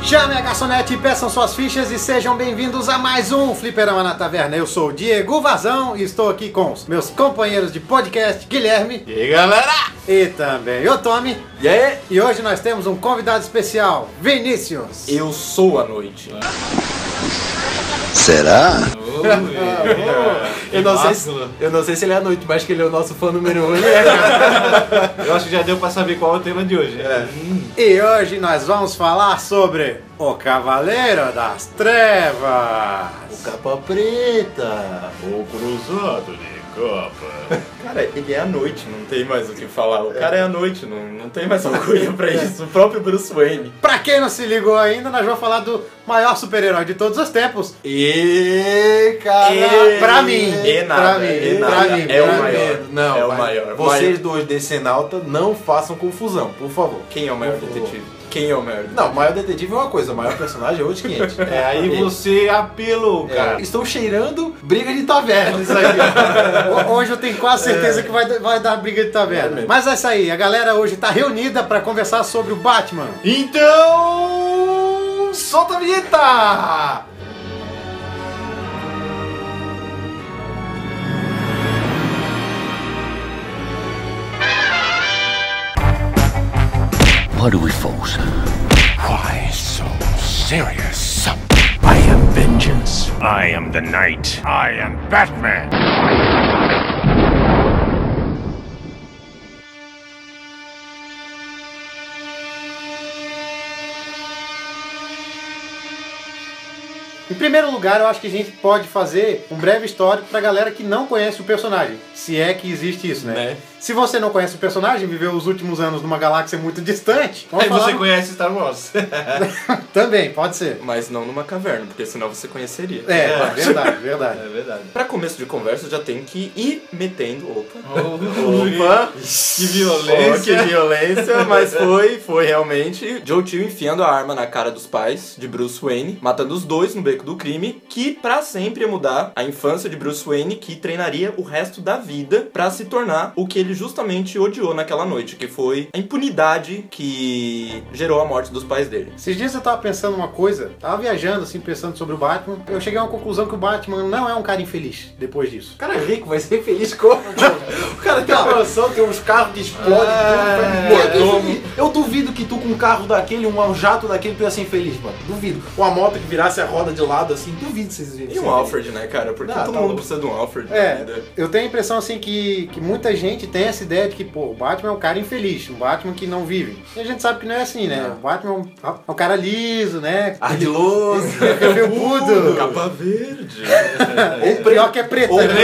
Chame a garçonete, peçam suas fichas e sejam bem-vindos a mais um Fliperama na Taverna. Eu sou o Diego Vazão e estou aqui com os meus companheiros de podcast, Guilherme. E aí, galera? E também o Tommy. E aí? E hoje nós temos um convidado especial, Vinícius. Eu sou a noite. Será? Eu não sei se ele é a noite, mas que ele é o nosso fã número 1. Eu acho que já deu pra saber qual é o tema de hoje. E hoje nós vamos falar sobre o Cavaleiro das Trevas. O Capa Preta. O cruzado de capa. Cara, ele é a noite, não tem mais o que falar. O cara é a noite, não tem mais alcunha pra isso. O próprio Bruce Wayne. Pra quem não se ligou ainda, nós vamos falar do maior super-herói de todos os tempos. Pra mim. Pra mim. É o maior. Não, é o maior. Vocês dois decenalta não façam confusão, por favor. Quem é o maior detetive? Quem é o maior detetive? Não, o maior detetive é uma coisa, o maior personagem é outro 500. Aí você apelou, cara. Estão cheirando briga de taverna isso aí. Hoje eu tenho quase certeza que vai dar briga de taverna. Mas é isso aí, a galera hoje tá reunida pra conversar sobre o Batman. Então, solta a vinheta! Why do we fall, sir? Why so serious? I am vengeance. I am the knight. I am Batman. Em primeiro lugar, eu acho que a gente pode fazer um breve histórico pra galera que não conhece o personagem. Se é que existe isso, né? Se você não conhece o personagem, viveu os últimos anos numa galáxia muito distante... Aí você conhece Star Wars. Também, pode ser. Mas não numa caverna, porque senão você conheceria. Verdade. É verdade. Pra começo de conversa, já tem que ir metendo... Opa! Que violência. Que violência, mas foi realmente Joe Chill enfiando a arma na cara dos pais de Bruce Wayne, matando os dois no beco do crime, que pra sempre ia mudar a infância de Bruce Wayne, que treinaria o resto da vida pra se tornar o que ele justamente odiou naquela noite, que foi a impunidade que gerou a morte dos pais dele. Esses dias eu tava pensando uma coisa, tava viajando assim, pensando sobre o Batman, eu cheguei a uma conclusão que o Batman não é um cara infeliz depois disso. O cara é rico, vai ser feliz como? O cara tem uma mansão, tem uns carros que explodem, tudo. Eu duvido que tu com um carro daquele, um jato daquele, tu ia ser infeliz, mano. Duvido. Uma moto que virasse a roda de lado, assim, duvido vocês verem. E um Alfred, né, cara? Porque todo mundo precisa de um Alfred na vida. Eu tenho a impressão, assim, que muita gente tem essa ideia de que, pô, o Batman é um cara infeliz, um Batman que não vive. E a gente sabe que não é assim, né? O Batman é um cara liso, né? Ardiloso, felpudo, capa verde. Ou pior que é preta, né?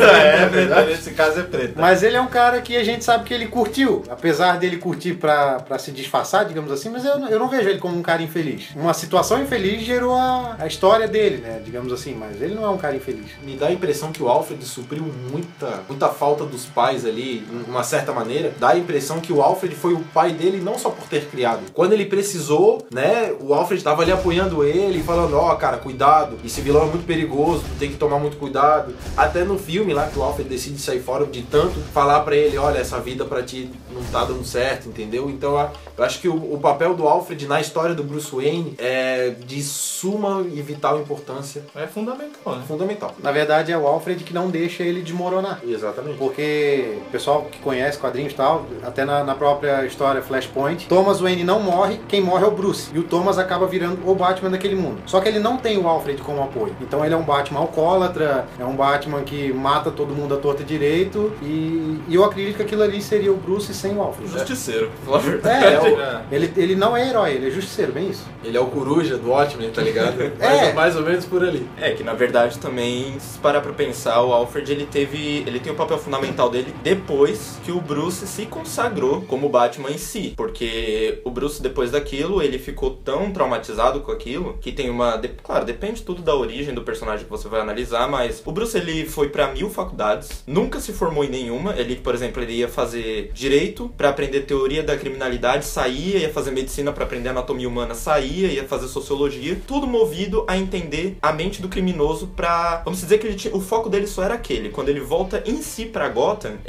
Preta, nesse caso é preta. Mas ele é um cara que a gente sabe que ele curtiu, apesar dele curtir pra se disfarçar, digamos assim, mas eu não vejo ele como um cara infeliz. Uma situação infeliz gerou a história dele, né? Digamos assim, mas ele não é um cara infeliz. Me dá a impressão que o Alfred supriu muita falta dos pais ali, de uma certa maneira. Dá a impressão que o Alfred foi o pai dele não só por ter criado. Quando ele precisou, né, o Alfred tava ali apoiando ele, falando, cara, cuidado, esse vilão é muito perigoso, tu tem que tomar muito cuidado. Até no filme lá, que o Alfred decide sair fora de tanto falar pra ele, olha, essa vida pra ti não tá dando certo, entendeu? Então eu acho que o papel do Alfred na história do Bruce Wayne é de suma e vital importância. É fundamental, né? Fundamental. Na verdade é o Alfred que não deixa ele desmoronar. Exatamente. Porque o pessoal que conhece quadrinhos e tal, até na própria história Flashpoint, Thomas Wayne não morre, quem morre é o Bruce. E o Thomas acaba virando o Batman daquele mundo. Só que ele não tem o Alfred como apoio. Então ele é um Batman alcoólatra, é um Batman que mata todo mundo à torta e direito. E eu acredito que aquilo ali seria o Bruce sem o Alfred. Justiceiro, pela verdade. Ele não é herói, ele é justiceiro, bem isso. Ele é o coruja do Watchmen, tá ligado? Mais ou menos por ali. É que na verdade também, se parar pra pensar, o Alfred ele tem o papel fundamental dele depois que o Bruce se consagrou como Batman em si. Porque o Bruce, depois daquilo, ele ficou tão traumatizado com aquilo que tem uma... Claro, depende tudo da origem do personagem que você vai analisar, mas o Bruce ele foi pra 1000 faculdades, nunca se formou em nenhuma. Ele, por exemplo, ele ia fazer direito pra aprender teoria da criminalidade, saía, ia fazer medicina pra aprender anatomia humana, saía, ia fazer sociologia, tudo movido a entender a mente do criminoso pra... Vamos dizer que o foco dele só era aquele. Quando ele volta em si pra Gotham, ele já tá com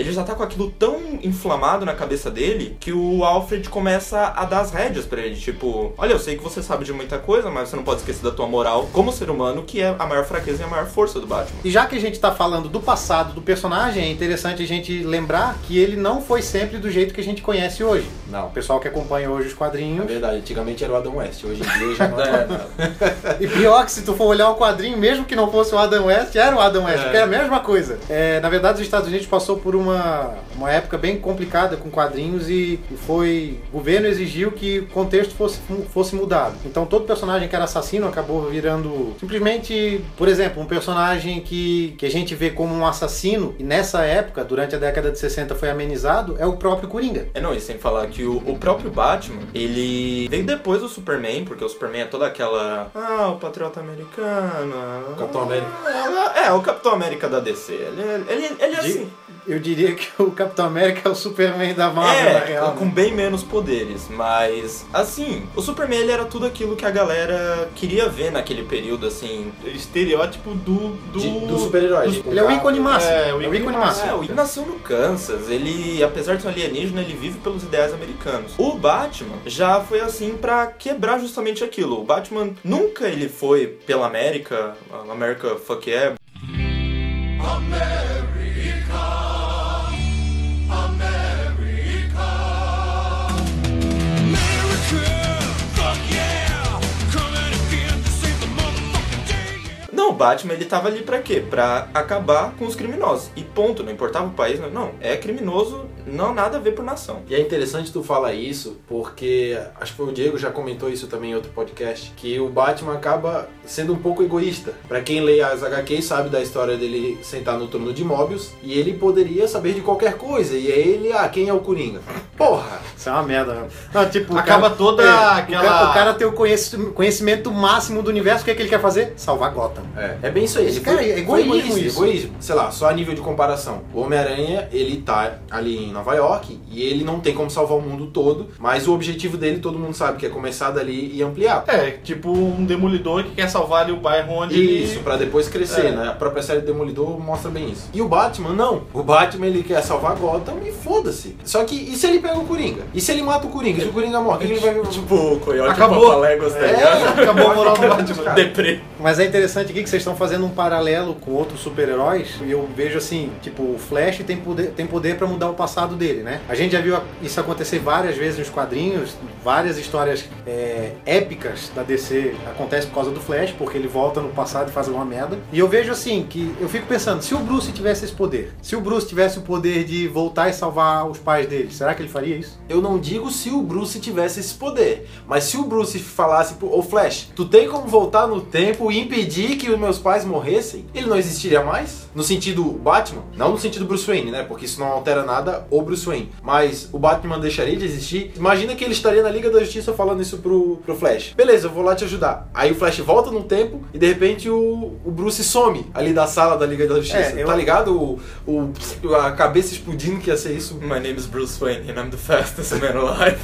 com aquilo tão inflamado na cabeça dele que o Alfred começa a dar as rédeas pra ele. Tipo, olha, eu sei que você sabe de muita coisa, mas você não pode esquecer da tua moral como ser humano, que é a maior fraqueza e a maior força do Batman. E já que a gente tá falando do passado do personagem, é interessante a gente lembrar que ele não foi sempre do jeito que a gente conhece hoje. Não. O pessoal que acompanha hoje os É quadrinhos. verdade, antigamente era o Adam West, hoje em dia já não é. E pior que se tu for olhar o quadrinho, mesmo que não fosse o Adam West, era o Adam West, porque era a mesma coisa. Na verdade, os Estados Unidos passou por uma época bem complicada com quadrinhos e o governo exigiu que o contexto fosse mudado. Então todo personagem que era assassino acabou virando simplesmente, por exemplo, um personagem que a gente vê como um assassino e nessa época, durante a década de 60 foi amenizado, é o próprio Coringa. Não, e sem falar que o próprio Batman, ele veio depois do Superman, porque o Superman é toda aquela... o patriota americano... O Capitão América. O Capitão América da DC. Ele é assim... Eu diria que o Capitão América é o Superman da Marvel, na real. Com bem menos poderes, mas assim, o Superman ele era tudo aquilo que a galera queria ver naquele período, assim. Estereótipo do super-herói. Ele é o ícone máximo. É, o ícone máximo. Ele nasceu no Kansas, ele, apesar de ser um alienígena, ele vive pelos ideais americanos. O Batman já foi assim pra quebrar justamente aquilo. O Batman nunca ele foi pela América, America fuck yeah. Não, o Batman ele tava ali pra quê? Pra acabar com os criminosos. E ponto, não importava o país, não. É criminoso, não nada a ver por nação. E é interessante tu falar isso, porque acho que foi o Diego já comentou isso também em outro podcast, que o Batman acaba sendo um pouco egoísta. Pra quem lê as HQs sabe da história dele sentar no trono de Mobius, e ele poderia saber de qualquer coisa, e aí ele, quem é o Coringa? Porra! Isso é uma merda, né? Não, tipo, acaba toda aquela... O cara tem o conhecimento máximo do universo, o que é que ele quer fazer? Salvar Gotham. É bem isso aí. Esse cara é egoísmo isso. Egoísmo. Sei lá, só a nível de comparação. O Homem-Aranha, ele tá ali em Nova York e ele não tem como salvar o mundo todo, mas o objetivo dele, todo mundo sabe que é começar dali e ampliar. É, tipo um demolidor que quer salvar ali o bairro onde Isso, pra depois crescer, né? A própria série Demolidor mostra bem isso. E o Batman, não. O Batman, ele quer salvar Gotham e foda-se. Só que, e se ele pega o Coringa? E se ele mata o Coringa? Se o Coringa morre? Ele vai... Tipo, o Coyote Acabou. Papaléguas, tá ligado? Acabou a moral do Batman. Deprê. Mas é interessante aqui que vocês estão fazendo um paralelo com outros super-heróis e eu vejo assim, tipo, o Flash tem poder pra mudar o passado dele, né? A gente já viu isso acontecer várias vezes nos quadrinhos, várias histórias épicas da DC acontecem por causa do Flash, porque ele volta no passado e faz alguma merda. E eu vejo assim, que eu fico pensando, se o Bruce tivesse esse poder, se o Bruce tivesse o poder de voltar e salvar os pais dele, será que ele faria isso? Eu não digo se o Bruce tivesse esse poder, mas se o Bruce falasse pro Flash, tu tem como voltar no tempo e impedir que os meus pais morressem, ele não existiria mais? No sentido Batman, não no sentido Bruce Wayne, né? Porque isso não altera nada o Bruce Wayne. Mas o Batman deixaria de existir? Imagina que ele estaria na Liga da Justiça falando isso pro Flash. Beleza, eu vou lá te ajudar. Aí o Flash volta no tempo e de repente o Bruce some ali da sala da Liga da Justiça. Tá ligado? A cabeça explodindo que ia ser isso. My name is Bruce Wayne and I'm the fastest man alive.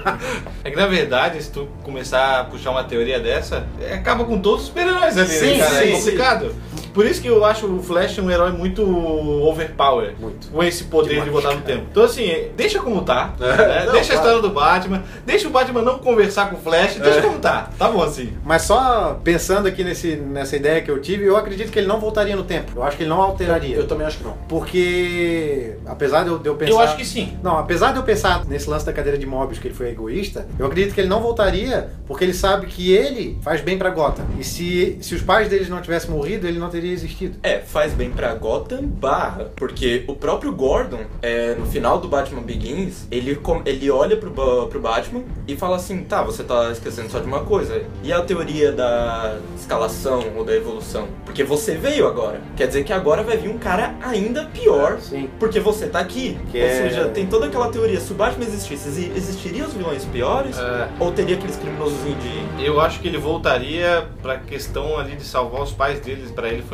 É que na verdade, se tu começar a puxar uma teoria dessa, acaba com todos os super-heróis ali, Sim, né, cara? sim, É complicado. Por isso que eu acho o Flash um herói muito overpower. Muito. Com esse poder Demais, de voltar no tempo. Então assim, deixa como tá. Não, deixa a história do Batman. Deixa o Batman não conversar com o Flash. Deixa como tá. Tá bom assim. Mas só pensando aqui nessa ideia que eu tive, eu acredito que ele não voltaria no tempo. Eu acho que ele não alteraria. Eu também acho que não. Porque, apesar de eu pensar... Eu acho que sim. Não, apesar de eu pensar nesse lance da cadeira de Mobius, que ele foi egoísta, eu acredito que ele não voltaria porque ele sabe que ele faz bem pra Gotham. E se os pais deles não tivessem morrido, ele não teria existido. Faz bem pra Gotham porque o próprio Gordon, no final do Batman Begins, ele olha pro Batman e fala assim, tá, você tá esquecendo só de uma coisa. E a teoria da escalação ou da evolução? Porque você veio agora. Quer dizer que agora vai vir um cara ainda pior, Sim. porque você tá aqui. Que ou seja, tem toda aquela teoria, se o Batman existisse, existiriam os vilões piores? Ou teria aqueles criminosos de... Eu acho que ele voltaria pra questão ali de salvar os pais deles. Pra ele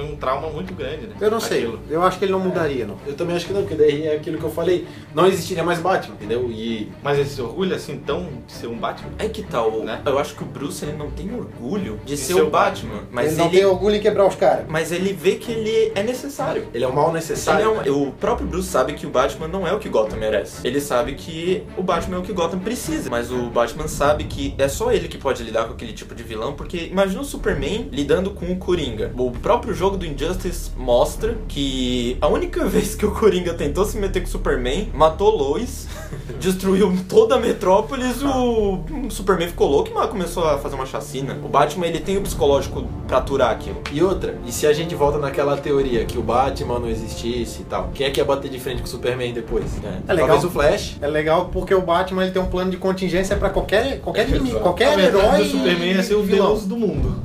foi um trauma muito grande, né? Eu não sei, Aquilo. eu acho que ele não mudaria, não. Eu também acho que não, porque daí é aquilo que eu falei. Não existiria mais Batman, entendeu? E Mas ele se orgulha assim tão de ser um Batman? É que tal, Né? eu acho que o Bruce ele não tem orgulho de ser ser o o Batman, mas ele não tem orgulho em quebrar os caras. mas ele vê que ele é necessário. ele é um mal Ele necessário. é o próprio Bruce sabe que o Batman não é o que Gotham merece. Ele sabe que o Batman é o que Gotham precisa. Mas o Batman sabe que é só ele que pode lidar com aquele tipo de vilão. Porque imagina o Superman lidando com o Coringa. O próprio jogo do Injustice mostra que a única vez que o Coringa tentou se meter com o Superman, matou Lois, destruiu toda a metrópolis, o Superman ficou louco e começou a fazer uma chacina. O Batman ele tem o psicológico pra aturar aquilo. E outra, e se a gente volta naquela teoria que o Batman não existisse e tal, quem é que ia bater de frente com o Superman depois? É legal. Talvez o Flash. É legal porque o Batman ele tem um plano de contingência pra qualquer inimigo, qualquer Na verdade, herói. o Superman ia ser o vilão. deus do mundo.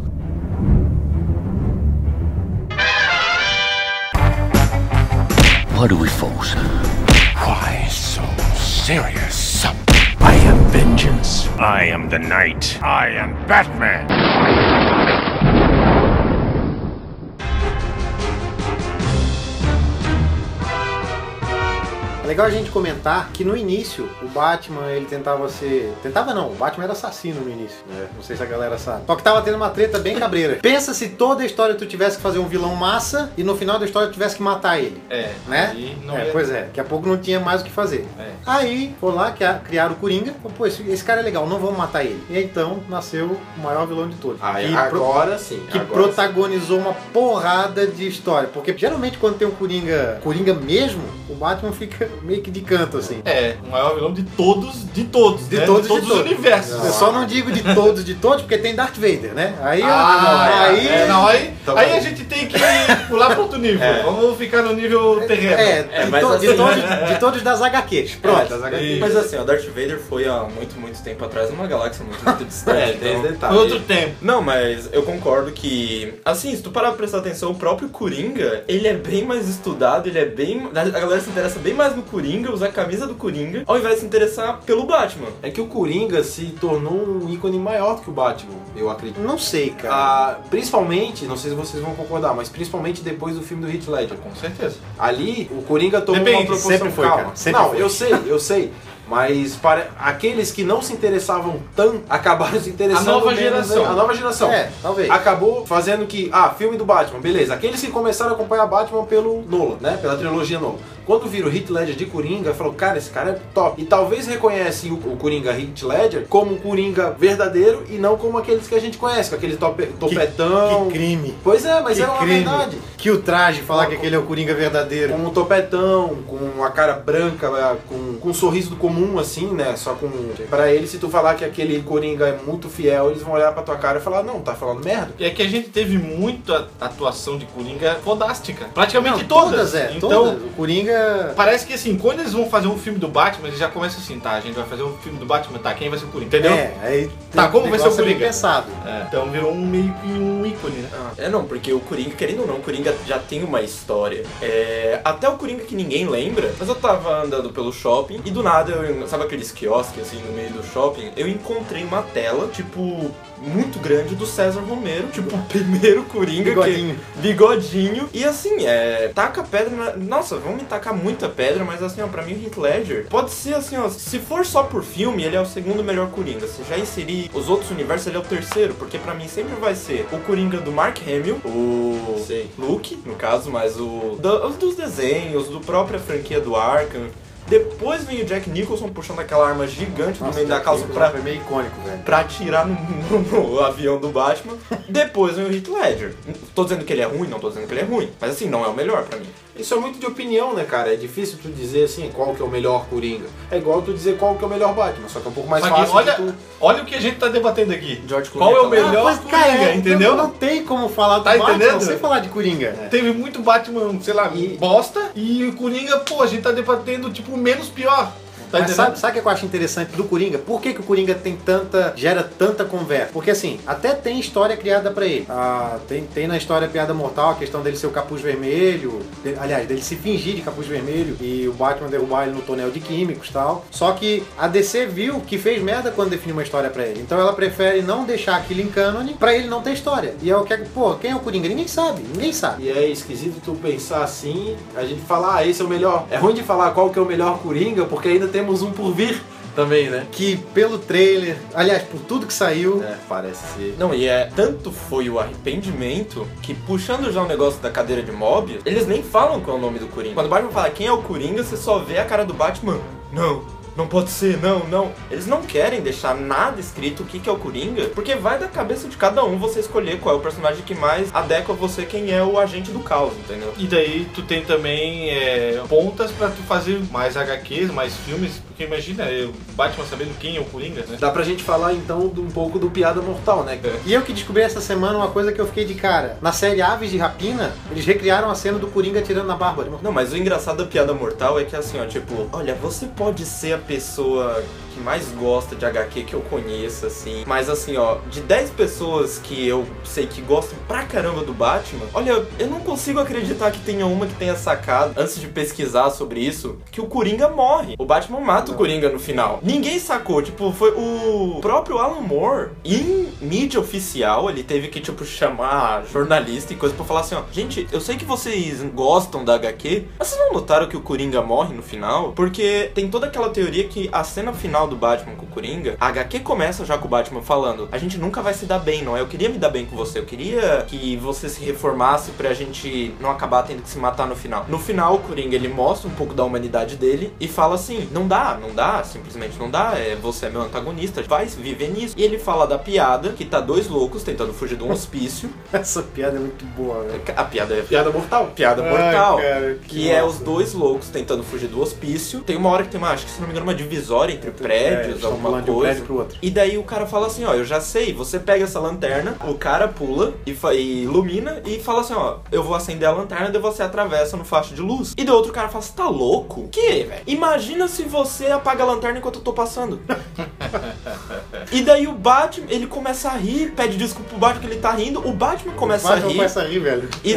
What do we foes? Why so serious? I am vengeance. I am the night. I am Batman. É legal a gente comentar que no início o Batman ele tentava ser. Tentava não, o Batman era assassino no início. Não sei se a galera sabe. Só que tava tendo uma treta bem cabreira. Pensa se toda a história tu tivesse que fazer um vilão massa e no final da história tu tivesse que matar ele. Né? Aí não ia- Pois é, daqui a pouco não tinha mais o que fazer. É. Aí, foi lá, criaram o Coringa, pô, esse cara é legal, não vamos matar ele. E então nasceu o maior vilão de todos. Aí, Que agora sim. que agora protagonizou uma porrada de história. Porque geralmente quando tem um Coringa mesmo, o Batman fica meio que de canto, assim. É, o maior vilão de todos, né? De todos os universos. Eu só não digo de todos, porque tem Darth Vader, né? Aí, Aí a gente tem que pular para outro nível. Vamos ficar no nível terreno. mas assim, de todos das HQs. Pronto. das HQs. Isso. Mas assim, o Darth Vader foi há muito tempo atrás numa galáxia muito distante. tem esse então... detalhe. Foi outro tempo. Não, mas eu concordo que, assim, se tu parar pra prestar atenção, o próprio Coringa, ele é bem mais estudado, ele é bem... A galera se interessa bem mais no Coringa, usa a camisa do Coringa, ao invés de se interessar pelo Batman. É que o Coringa se tornou um ícone maior do que o Batman, eu acredito. Não sei, cara. Principalmente, não sei se vocês vão concordar, mas principalmente depois do filme do Heath Ledger. Com certeza. Ali, o Coringa tomou Depende, uma proporção sempre foi, calma. cara, sempre Não, foi. eu sei. Mas para aqueles que não se interessavam tanto, acabaram se interessando A nova menos, geração. né? A nova geração. Talvez. Acabou fazendo que, filme do Batman, beleza. Aqueles que começaram a acompanhar Batman pelo Nolan, né? Pela trilogia Nolan. Quando viram o Heath Ledger de Coringa, falou, cara, esse cara é top. E talvez reconhecem o Coringa Heath Ledger como um Coringa verdadeiro e não como aqueles que a gente conhece, com aquele topetão. Que crime. Pois é, mas Que era uma crime. verdade. Que o traje falar que aquele é o Coringa verdadeiro. Com um topetão, com a cara branca, com um sorriso comum, assim, né? Só com... Pra eles, se tu falar que aquele Coringa é muito fiel, eles vão olhar pra tua cara e falar, não, tá falando merda. E é que a gente teve muita atuação de Coringa fodástica. Praticamente Não, todas. Então, Então, o Coringa... parece que assim, quando eles vão fazer um filme do Batman, eles já começam assim, tá, a gente vai fazer um filme do Batman, tá, quem vai ser o Coringa, entendeu? aí Tá, como vai ser o negócio é bem Coringa? pensado. Então virou meio que um ícone, né? Não, porque o Coringa, querendo ou não, o Coringa já tem uma história. Até o Coringa que ninguém lembra, mas eu tava andando pelo shopping e do nada, sabe aqueles quiosques assim no meio do shopping? Eu encontrei uma tela, tipo, muito grande do César Romero, tipo, o primeiro Coringa Bigodinho. bigodinho. E assim, taca pedra Nossa, vão me tacar muita pedra, mas assim, ó, pra mim o Heath Ledger pode ser assim, ó, se for só por filme, ele é o segundo melhor Coringa. Se já inserir os outros universos, ele é o terceiro, porque pra mim sempre vai ser o Coringa do Mark Hamill, o Sei. Luke, no caso, mas os dos desenhos, do própria franquia do Arkham. Depois vem o Jack Nicholson puxando aquela arma gigante no meio da calça Foi meio icônico, velho. pra atirar no avião do Batman. Depois vem o Heath Ledger. Tô dizendo que ele é ruim? Não tô dizendo que ele é ruim. Mas assim, não é o melhor pra mim. Isso é muito de opinião, né, cara? É difícil tu dizer, assim, qual que é o melhor Coringa. É igual tu dizer qual que é o melhor Batman, só que é um pouco mais Só que fácil de tu... olha o que a gente tá debatendo aqui. George Clooney Qual é o também. melhor Mas, Coringa, cara, entendeu? Não tem como falar do Tá Batman entendendo? sem falar de Coringa. Teve muito Batman, sei lá, bosta, e o Coringa, pô, a gente tá debatendo, tipo, o menos pior. Tá Mas entendendo? sabe o que eu acho interessante do Coringa? Por que o Coringa gera tanta conversa? Porque assim, até tem história criada pra ele. Tem na história Piada Mortal a questão dele ser o capuz vermelho, aliás, dele se fingir de capuz vermelho e o Batman derrubar ele no tonel de químicos e tal. Só que a DC viu que fez merda quando definiu uma história pra ele. Então ela prefere não deixar aquilo em cânone pra ele não ter história. E é o que, pô, quem é o Coringa? Ninguém sabe. E é esquisito tu pensar assim, a gente falar, esse é o melhor. É ruim de falar qual que é o melhor Coringa, porque ainda temos um por vir também, né? Que pelo trailer, aliás, por tudo que saiu... Parece ser... Não, e tanto foi o arrependimento que, puxando já o negócio da cadeira de Mobius, eles nem falam qual é o nome do Coringa. Quando o Batman fala quem é o Coringa, você só vê a cara do Batman. Não pode ser, não. Eles não querem deixar nada escrito o que é o Coringa, porque vai da cabeça de cada um você escolher qual é o personagem que mais adequa a você, quem é o agente do caos, entendeu? E daí tu tem também pontas pra tu fazer mais HQs, mais filmes, porque imagina, o Batman sabendo quem é o Coringa, né? Dá pra gente falar então um pouco do Piada Mortal, né? E eu que descobri essa semana uma coisa que eu fiquei de cara. Na série Aves de Rapina, eles recriaram a cena do Coringa atirando na Bárbara. Não, mas o engraçado da Piada Mortal é que assim, ó, tipo, olha, você pode ser a pessoa que mais gosta de HQ que eu conheço, assim, mas assim, ó, de 10 pessoas que eu sei que gostam pra caramba do Batman, olha, eu não consigo acreditar que tenha uma que tenha sacado, antes de pesquisar sobre isso, que o Coringa morre. O Batman mata o Coringa no final. Ninguém sacou, tipo, foi o próprio Alan Moore, em mídia oficial, ele teve que, tipo, chamar jornalista e coisa pra falar assim, ó, gente, eu sei que vocês gostam da HQ, mas vocês não notaram que o Coringa morre no final? Porque tem toda aquela teoria que a cena final do Batman com o Coringa, a HQ começa já com o Batman falando, a gente nunca vai se dar bem, não é? Eu queria me dar bem com você, eu queria que você se reformasse pra gente não acabar tendo que se matar no final. No final, o Coringa, ele mostra um pouco da humanidade dele e fala assim, não dá, simplesmente não dá, você é meu antagonista, vai viver nisso. E ele fala da piada, que tá dois loucos tentando fugir de um hospício. Essa piada é muito boa, velho. A piada é... Piada Mortal. Piada mortal. Cara, que é os dois loucos tentando fugir do hospício. Tem uma hora que tem uma, acho que se não me engano, uma divisória entre prédios, alguma de um coisa. prédio pro outro. E daí o cara fala assim, ó, eu já sei, você pega essa lanterna, o cara pula e ilumina e fala assim, ó, eu vou acender a lanterna e você atravessa no faixa de luz. E daí outro cara fala, você tá louco? Que, velho? Imagina se você apaga a lanterna enquanto eu tô passando. E daí o Batman, ele começa a rir, pede desculpa pro Batman que ele tá rindo, o Batman começa a rir. começa a rir, velho. E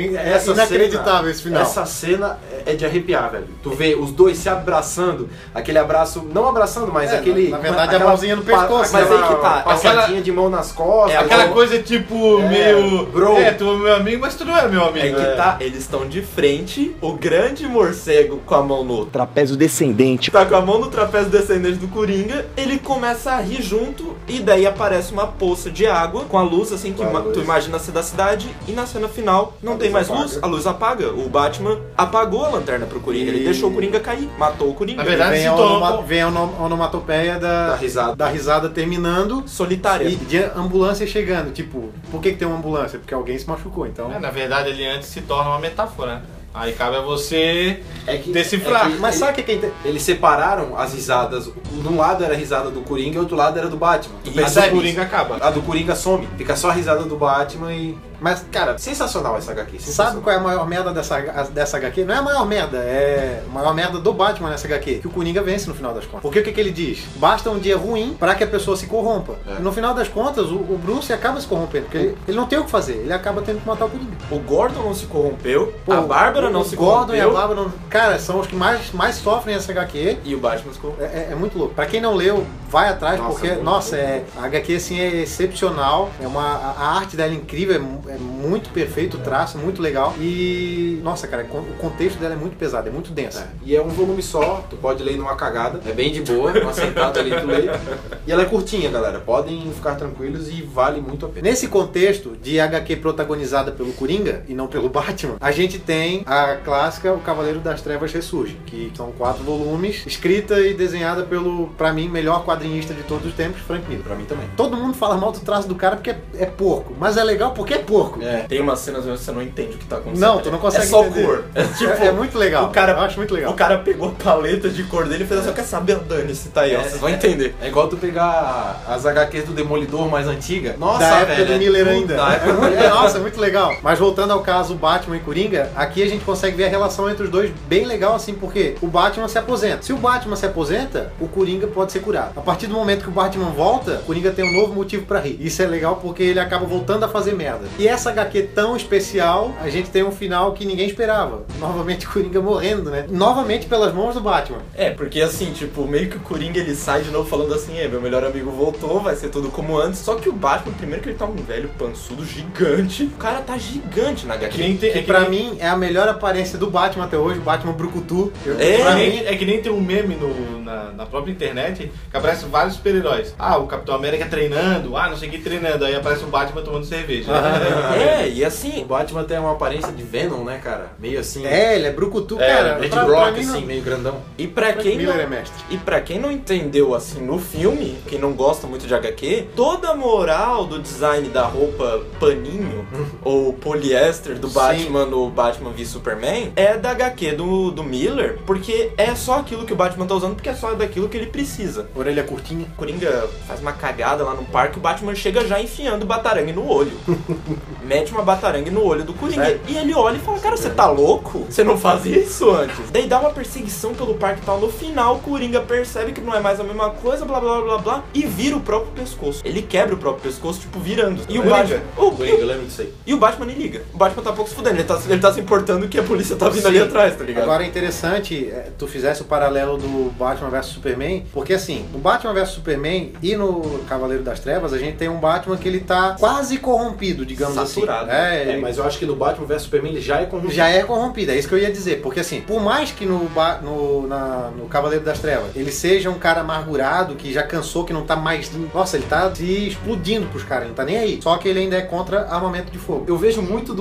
É inacreditável esse final. Essa cena é de arrepiar, velho. Tu vê os dois se abraçando, aquele abraço, não abraçando, mas aquele... Na verdade, a mãozinha no pescoço. mas aí que tá, passadinha de mão nas costas. Aquela coisa tipo meio... bro. Tu é meu amigo, mas tu não é meu amigo. É que tá, eles estão de frente, o grande morcego com a mão no Trapézio descendente. tá com a mão no trapézio descendente do Coringa, ele começa a rir junto e daí aparece uma poça de água com a luz assim que tu imagina ser da cidade e na cena final não tem mais luz, a luz apaga. O Batman apagou a lanterna pro Coringa, ele deixou o Coringa cair, matou o Coringa. Na verdade, Vem a onomatopeia da risada terminando solitária. e de ambulância chegando. Tipo, por que tem uma ambulância? Porque alguém se machucou, então... Na verdade, ele antes se torna uma metáfora, né? Aí cabe a você decifrar. Mas sabe o que é... Eles separaram as risadas. De um lado era a risada do Coringa e o outro lado era do Batman. Tu E a do percebe Coringa isso? acaba. A do Coringa some. Fica só a risada do Batman e... Mas, cara, Sensacional essa HQ. sabe qual é a maior merda dessa HQ? Não é a maior merda, é a maior merda do Batman nessa HQ. Que o Coringa vence no final das contas. Porque o que ele diz? Basta um dia ruim pra que a pessoa se corrompa. E no final das contas, o Bruce acaba se corrompendo. Porque ele não tem o que fazer. Ele acaba tendo que matar o Coringa. O Gordon não se corrompeu, a Bárbara não se O Gordon e a corrompeu Bárbara não... Cara, são os que mais sofrem essa HQ. e o Batman se corrompeu. É muito louco. Pra quem não leu, vai atrás, Nossa, porque, muito nossa, a HQ assim é excepcional. A arte dela é incrível, é muito perfeito, o traço, muito legal. E, nossa, cara, o contexto dela é muito pesado, é muito denso. E é um volume só, tu pode ler numa cagada, é bem de boa, uma sentada ali tu lê. E ela é curtinha, galera, podem ficar tranquilos e vale muito a pena. Nesse contexto de HQ protagonizada pelo Coringa e não pelo Batman, a gente tem a clássica O Cavaleiro das Trevas Ressurge, que são 4 volumes, escrita e desenhada pelo, pra mim, melhor quadrinista de todos os tempos, Frank Miller. Pra mim também. Todo mundo fala mal do traço do cara porque é porco, mas é legal porque é porco. porco. Tem umas cenas onde você não entende o que tá acontecendo. Não, tu não consegue É só entender. cor. É muito legal. O cara, eu acho muito legal. O cara pegou a paleta de cor dele e fez assim, quer saber, dane-se, tá aí, ó, vocês vão entender. É igual tu pegar as HQs do Demolidor mais antiga. Nossa, da época velho, do Miller ainda. Da Nossa, é muito legal. Mas voltando ao caso Batman e Coringa, aqui a gente consegue ver a relação entre os dois bem legal assim, porque o Batman se aposenta. Se o Batman se aposenta, o Coringa pode ser curado. A partir do momento que o Batman volta, o Coringa tem um novo motivo pra rir. Isso é legal porque ele acaba voltando a fazer merda. E essa HQ tão especial, a gente tem um final que ninguém esperava. Novamente o Coringa morrendo, né? Novamente pelas mãos do Batman. Porque assim, tipo, meio que o Coringa ele sai de novo falando assim, meu melhor amigo voltou, vai ser tudo como antes. Só que o Batman, primeiro que ele tá um velho pançudo gigante, o cara tá gigante na HQ. Que pra mim é a melhor aparência do Batman até hoje, o Batman brucutu. É que nem tem um meme na própria internet que aparece vários super-heróis. O Capitão América treinando, não sei o que treinando, aí aparece o Batman tomando cerveja. E assim... O Batman tem uma aparência de Venom, né, cara? Meio assim... ele é brucutu, cara. Ed Rock, assim, meio grandão. E pra quem não... Miller é mestre. E pra quem não entendeu, assim, no filme, quem não gosta muito de HQ, toda a moral do design da roupa paninho ou poliéster do Batman no Batman v Superman é da HQ do Miller, porque é só aquilo que o Batman tá usando, porque é só daquilo que ele precisa. Orelha curtinha. O Coringa faz uma cagada lá no parque, o Batman chega já enfiando batarangue no olho. Mete uma batarangue no olho do Coringa. Sério? E ele olha e fala, cara, você tá louco? Você não fazia isso antes. Daí dá uma perseguição pelo parque e tal. No final, o Coringa percebe que não é mais a mesma coisa, blá blá blá blá, e vira o próprio pescoço. Ele quebra o próprio pescoço, tipo, virando. E o Batman... Eu lembro disso aí. E o Batman nem liga. O Batman tá pouco se fudendo. Ele tá se importando que a polícia tá vindo ali atrás, tá ligado? Agora é interessante tu fizesse o paralelo do Batman vs Superman, porque assim, no Batman vs Superman e no Cavaleiro das Trevas, a gente tem um Batman que ele tá quase corrompido, digamos Saturado. assim. Mas eu acho que no Batman vs Superman ele já é corrompido. Já é corrompido, é isso que eu ia dizer. Porque assim, por mais que no Cavaleiro das Trevas ele seja um cara amargurado, que já cansou, que não tá mais... Nossa, ele tá se explodindo pros caras, não tá nem aí. Só que ele ainda é contra armamento de fogo. Eu vejo muito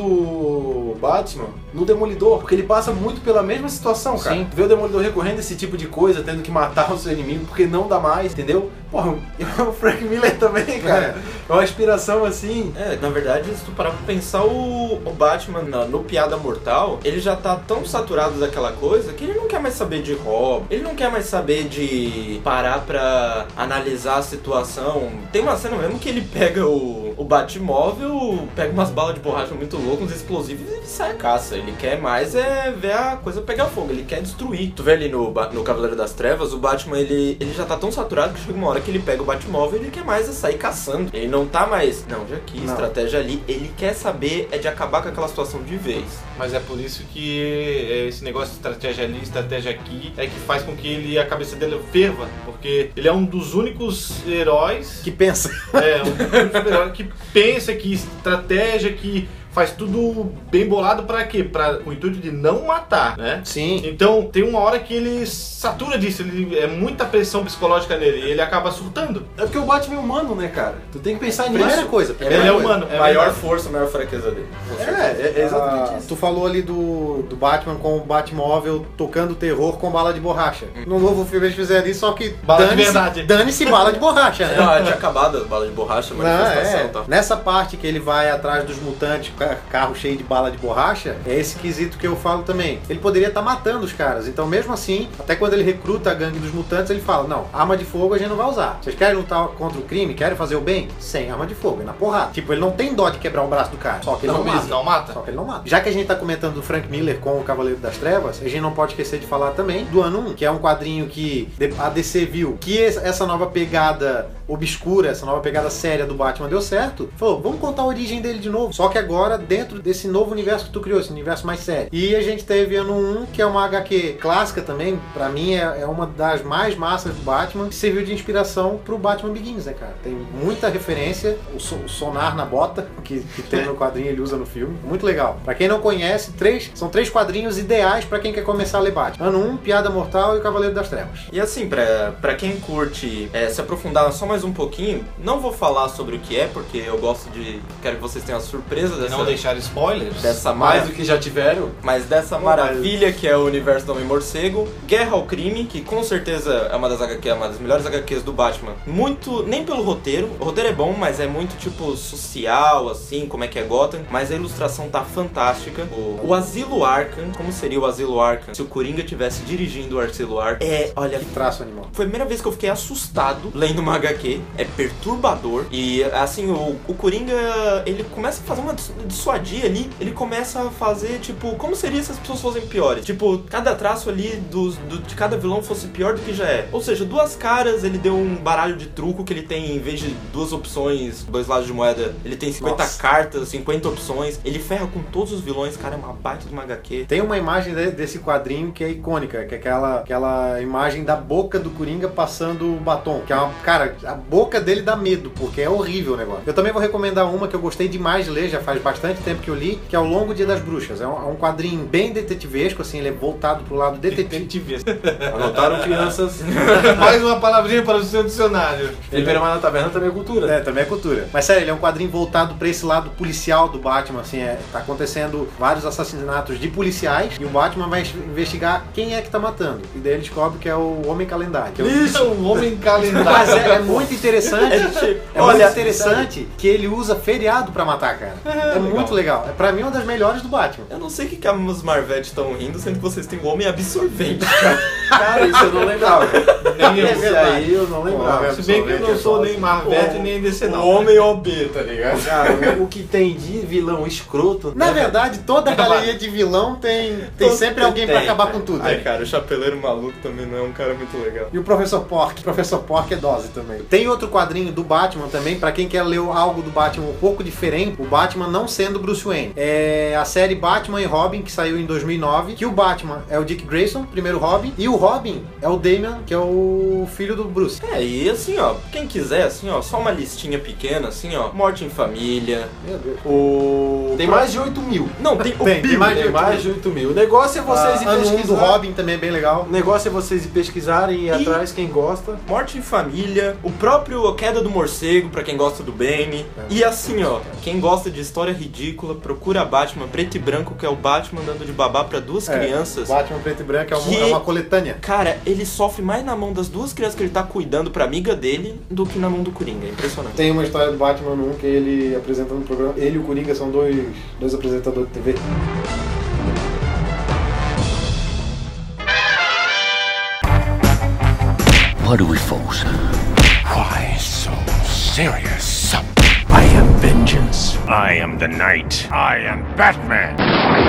do Batman no Demolidor, porque ele passa muito pela mesma situação, cara. Sim. Tu vê o Demolidor recorrendo a esse tipo de coisa, tendo que matar o seu inimigo, porque não dá mais, entendeu? Porra, o Frank Miller também, cara. É uma inspiração assim. Na verdade, se tu parar pra pensar, o Batman no Piada Mortal, ele já tá tão saturado daquela coisa que ele não quer mais saber de roubo, ele não quer mais saber de parar pra analisar a situação. Tem uma cena mesmo que ele pega o Batmóvel, pega umas balas de borracha muito loucas, uns explosivos e sai a caça. Ele quer mais ver a coisa pegar fogo, ele quer destruir. Tu vê ali no Cavaleiro das Trevas, o Batman, ele já tá tão saturado que chega uma hora que ele pega o Batmóvel e ele quer mais sair caçando. Ele não tá mais, já aqui, estratégia ali, ele quer saber de acabar com aquela situação de vez. Mas é por isso que esse negócio de estratégia ali, estratégia aqui, é que faz com que a cabeça dele ferva, porque ele é um dos únicos heróis Que pensa. um dos únicos heróis que pensa, que estratégia, que faz tudo bem bolado pra quê? Com o intuito de não matar, né? Sim. Então tem uma hora que ele satura disso, é muita pressão psicológica nele e ele acaba surtando. É porque o Batman é humano, né, cara? Tu tem que pensar nisso. Primeira coisa. Ele é humano. Maior força, maior fraqueza dele. É exatamente isso. Tu falou ali do Batman com o Batmóvel tocando terror com bala de borracha. No novo filme eles fizeram isso, só que Bala de verdade. Dane-se bala de borracha, né? Não, tinha acabado a bala de borracha, a manifestação, tá? Nessa parte que ele vai atrás dos mutantes, carro cheio de bala de borracha, é esse quesito que eu falo também. Ele poderia estar matando os caras, então mesmo assim, até quando ele recruta a gangue dos mutantes, ele fala, não, arma de fogo a gente não vai usar. Vocês querem lutar contra o crime? Querem fazer o bem? Sem arma de fogo, é na porrada. Tipo, ele não tem dó de quebrar o braço do cara, só que ele não mata. Só que ele não mata. Já que a gente tá comentando do Frank Miller com o Cavaleiro das Trevas, a gente não pode esquecer de falar também do Ano 1, que é um quadrinho que a DC viu que essa nova pegada obscura, essa nova pegada séria do Batman deu certo, falou, vamos contar a origem dele de novo, só que agora dentro desse novo universo que tu criou, esse universo mais sério. E a gente teve Ano 1, que é uma HQ clássica também, pra mim é uma das mais massas do Batman, que serviu de inspiração pro Batman Begins, né, cara? Tem muita referência, o sonar na bota, que tem no quadrinho, ele usa no filme, muito legal. Pra quem não conhece, são 3 quadrinhos ideais pra quem quer começar a ler Batman. Ano 1, Piada Mortal e o Cavaleiro das Trevas. E assim, pra quem curte se aprofundar só mais um pouquinho, não vou falar sobre o que é, porque eu gosto de... quero que vocês tenham a surpresa dessa não deixar spoilers. dessa Mais do que já tiveram. Mas dessa maravilha que é o universo do Homem-Morcego, Guerra ao Crime, que com certeza é uma das HQ, uma das melhores HQs do Batman. Muito, nem pelo roteiro, o roteiro é bom, mas é muito tipo social, assim, como é que é Gotham, mas a ilustração tá fantástica. O Asilo Arkham, como seria o Asilo Arkham se o Coringa tivesse dirigindo o Asilo Arkham? Olha, Que traço animal. foi a primeira vez que eu fiquei assustado lendo uma HQ, é perturbador, e assim, o Coringa, ele começa a fazer uma dissuadir ali, ele começa a fazer, tipo, como seria se as pessoas fossem piores? Tipo, cada traço ali de cada vilão fosse pior do que já é. Ou seja, duas caras, ele deu um baralho de truco que ele tem, em vez de duas opções, dois lados de moeda, ele tem 50 cartas, 50 opções, ele ferra com todos os vilões, cara, é uma baita de uma HQ. Tem uma imagem desse quadrinho que é icônica, que é aquela imagem da boca do Coringa passando o batom. Que é uma, cara, a boca dele dá medo, porque é horrível o negócio. Eu também vou recomendar uma que eu gostei demais de ler, já faz bastante tempo que eu li, que é O Longo Dia das Bruxas. É um quadrinho bem detetivesco, assim, ele é voltado pro lado detetive. Anotaram crianças. Mais uma palavrinha para o seu dicionário. Fliperama na taverna também é cultura. É, também é cultura. Mas sério, ele é um quadrinho voltado pra esse lado policial do Batman, assim, tá acontecendo vários assassinatos de policiais e o Batman vai investigar quem é que tá matando. E daí ele descobre que é o Homem Calendário. Que é o... Isso, o homem calendário. Mas é muito interessante. É Olha, muito interessante que ele usa feriado pra matar, cara. É muito legal. Pra mim é uma das melhores do Batman. Eu não sei o que os Marvete estão rindo, sendo que vocês têm um homem absorvente. Cara, isso eu não lembrava. Nem eu. Esse aí eu não lembrava. Se bem que eu não sou nem Marvete nem DC O não. homem OB, tá ligado? Cara, o que tem de vilão escroto... Na verdade, toda galeria de vilão tem sempre alguém pra acabar com tudo. Ai, cara, o Chapeleiro Maluco também não é um cara muito legal. E o Professor Pork. O Professor Pork é dose também. Tem outro quadrinho do Batman também, pra quem quer ler algo do Batman um pouco diferente, o Batman não sendo Bruce Wayne. É a série Batman e Robin, que saiu em 2009, que o Batman é o Dick Grayson, primeiro Robin, e o Robin é o Damian, que é o filho do Bruce. E assim, ó, quem quiser, assim, ó, só uma listinha pequena, assim, ó, Morte em Família, Meu Deus. Tem mais de 8 mil. Não, tem o Tem Bill. mais de Tem mais de 8 mil. O negócio é vocês ir Ano 1 do pesquisar. Robin também é bem legal. O negócio é vocês ir pesquisarem e ir atrás, quem gosta. Morte em Família, o próprio A Queda do Morcego, pra quem gosta do Bane. E assim, ó, quem gosta de história ridícula, procura Batman preto e branco, que é o Batman dando de babá pra duas crianças. Batman preto e branco é Que- uma coletânea. Cara, ele sofre mais na mão das duas crianças que ele tá cuidando pra amiga dele do que na mão do Coringa. É impressionante. Tem uma história do Batman no 1 que ele apresenta no programa. Ele e o Coringa são dois apresentadores de TV. Why do we fall, sir? Why so serious? I am vengeance. I am the Knight. I am Batman.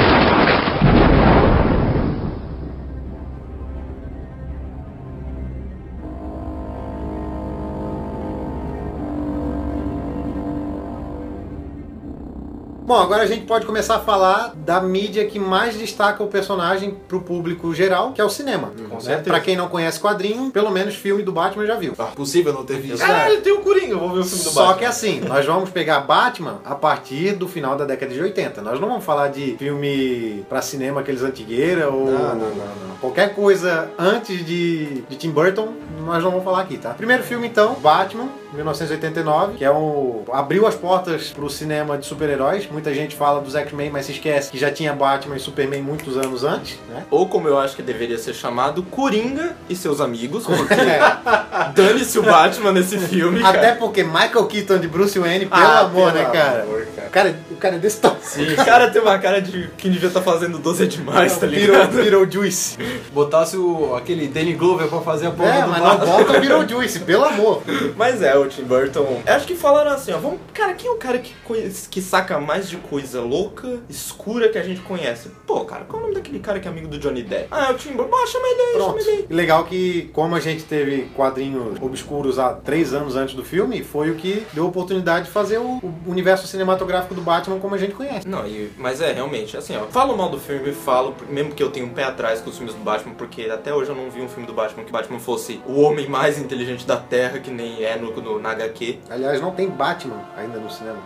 Bom, agora a gente pode começar a falar da mídia que mais destaca o personagem pro público geral, que é o cinema. Com Né? certeza. Pra quem não conhece quadrinho, pelo menos filme do Batman já viu. Possível não ter visto. Caralho, tem o Coringa, eu vou ver o filme do Só Batman. que assim, nós vamos pegar Batman a partir do final da década de 80. Nós não vamos falar de filme pra cinema, aqueles antigueira ou Não. qualquer coisa antes de Tim Burton, nós não vamos falar aqui, tá? Primeiro filme então, Batman, 1989, que é abriu as portas pro cinema de super-heróis. Muita gente fala dos X-Men, mas se esquece que já tinha Batman e Superman muitos anos antes, né? Ou como eu acho que deveria ser chamado, Coringa e seus amigos, porque dane-se o Batman nesse filme, cara. Até porque Michael Keaton de Bruce Wayne, pelo Ah, amor, pelo né, cara? amor, O cara é desse tamanho. Sim, o cara tem uma cara de quem devia estar fazendo 12 é demais, tá ligado? Beetlejuice. Botasse aquele Danny Glover pra fazer a porra É, do mas Batman. não bota o Beetlejuice, pelo amor. Mas o Tim Burton. Eu acho que falaram assim, ó, cara, quem é o cara que saca mais de coisa louca, escura que a gente conhece? Pô, cara, qual é o nome daquele cara que é amigo do Johnny Depp? Ah, é o Tim Burton. Chama ele aí, Pronto. chama ele aí. E legal que, como a gente teve quadrinhos obscuros há 3 anos antes do filme, foi o que deu a oportunidade de fazer o universo cinematográfico do Batman como a gente conhece. Não, mas realmente, assim, ó, falo mal do filme, falo, mesmo que eu tenha um pé atrás com os filmes do Batman, porque até hoje eu não vi um filme do Batman que Batman fosse o homem mais inteligente da Terra, que nem é na HQ. Aliás, não tem Batman ainda no cinema.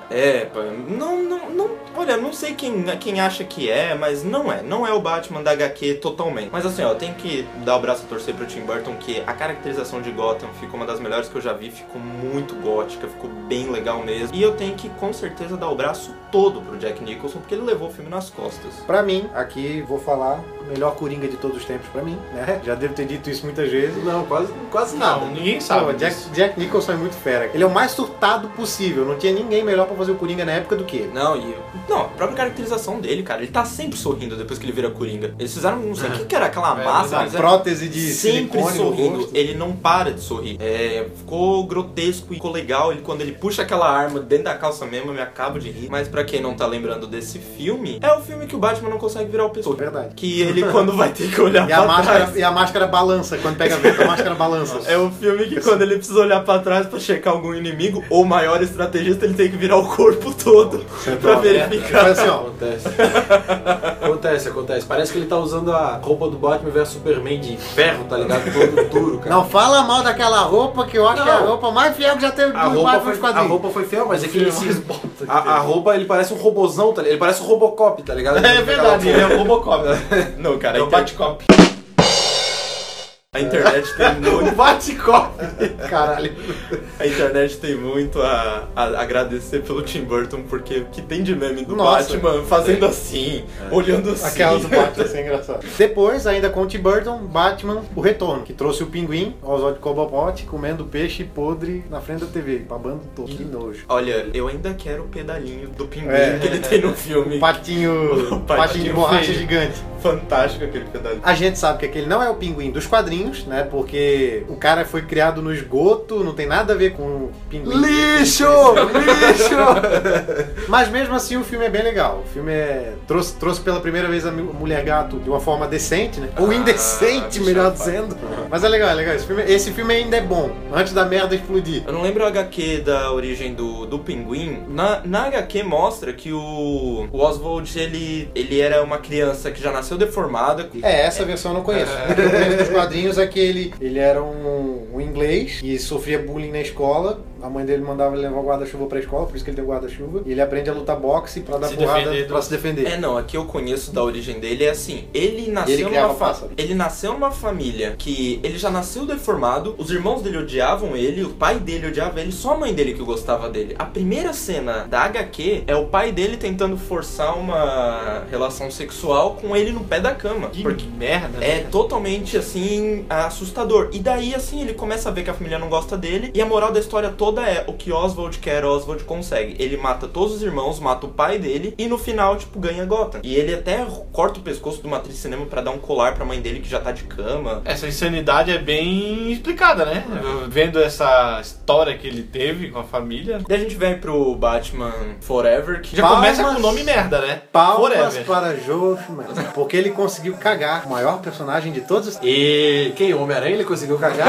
Olha, não sei quem acha que é, mas não é o Batman da HQ totalmente. Mas assim, ó, eu tenho que dar o braço a torcer pro Tim Burton, que a caracterização de Gotham ficou uma das melhores que eu já vi, ficou muito gótica, ficou bem legal mesmo. E eu tenho que, com certeza, dar o braço todo pro Jack Nicholson, porque ele levou o filme nas costas. Pra mim, aqui vou falar, o melhor Coringa de todos os tempos pra mim, né? Já devo ter dito isso muitas vezes. Não, quase nada. Não, ninguém sabe. Pô, Jack Nicholson é muito fera. Ele é o mais surtado possível. Não tinha ninguém melhor pra fazer o Coringa na época do que ele. Não, a própria caracterização dele, cara, ele tá sempre sorrindo depois que ele vira Coringa. Eles fizeram, não sei o que era aquela massa, A mas prótese de sempre silicone no sorrindo, rosto. ele não para de sorrir. Ficou grotesco e ficou legal. Quando ele puxa aquela arma dentro da calça mesmo, eu me acabo de rir. Mas pra quem não tá lembrando desse filme, é o filme que o Batman não consegue virar o pescoço. Verdade. Que ele, quando vai ter que olhar E a máscara balança. Quando pega vento, a máscara balança. É o filme que quando ele precisa olhar pra trás pra checar algum inimigo, ou maior estrategista, ele tem que virar o corpo todo pra verificar. Faz assim, ó. Acontece. Parece que ele tá usando a roupa do Batman vs Superman de ferro, tá ligado? Todo duro, cara. Não fala mal daquela roupa, que eu acho que é a roupa mais fiel que já teve A roupa foi feia, mas é que ele se... A roupa, ele parece um robozão, tá ligado? Ele parece um Robocop, tá ligado? É verdade, ele é um Robocop. Não, cara, É o Batcop. a internet tem muito... Batcop! Caralho. A internet tem muito a agradecer pelo Tim Burton, porque o que tem de meme do Nossa. Batman fazendo assim, olhando assim. Aquela do Batman, assim, engraçado. Depois, ainda com o Tim Burton, Batman, o Retorno, que trouxe o Pinguim, Oswald Cobblepot, comendo peixe podre na frente da TV, babando todo. Que nojo. Olha, eu ainda quero o pedalinho do pinguim É. que ele tem no filme. Patinho de borracha feio. gigante. Fantástico aquele pedalinho. A gente sabe que aquele não é o pinguim dos quadrinhos, né? Porque o cara foi criado no esgoto, não tem nada a ver com o pinguim. Lixo! Mas mesmo assim o filme é bem legal. O filme trouxe pela primeira vez a Mulher Gato de uma forma decente, né? Ou indecente, melhor dizendo. Mas é legal. Esse filme ainda é bom, antes da merda explodir. Eu não lembro o HQ da origem do pinguim. Na HQ mostra que o Oswald, ele era uma criança que já nasceu deformada. Essa versão eu não conheço. O que eu conheço dos quadrinhos é que ele era um inglês e sofria bullying na escola. A mãe dele mandava ele levar o guarda-chuva pra escola, por isso que ele tem o guarda-chuva. E ele aprende a lutar boxe pra dar porrada pra se defender. Não, aqui eu conheço da origem dele, é assim, ele nasceu numa família que ele já nasceu deformado, os irmãos dele odiavam ele, o pai dele odiava ele, só a mãe dele que gostava dele. A primeira cena da HQ é o pai dele tentando forçar uma relação sexual com ele no pé da cama. Que porque merda. é totalmente, assim, assustador. E daí, assim, ele começa a ver que a família não gosta dele, e a moral da história toda é o que Oswald quer, Oswald consegue. Ele mata todos os irmãos, mata o pai dele e no final, tipo, ganha Gotham. E ele até corta o pescoço de uma atriz de cinema pra dar um colar pra mãe dele que já tá de cama. Essa insanidade é bem explicada, né? Vendo essa história que ele teve com a família. Daí a gente vem pro Batman Forever, que Já começa com o nome merda, né? Palmas Forever. para Joe Schumacher, porque ele conseguiu cagar o maior personagem de todos os... E quem? O Homem-Aranha ele conseguiu cagar?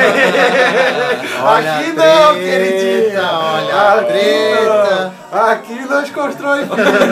Olha Aqui a não, treta, queridinha! olha a treta. Aqui nós constrói.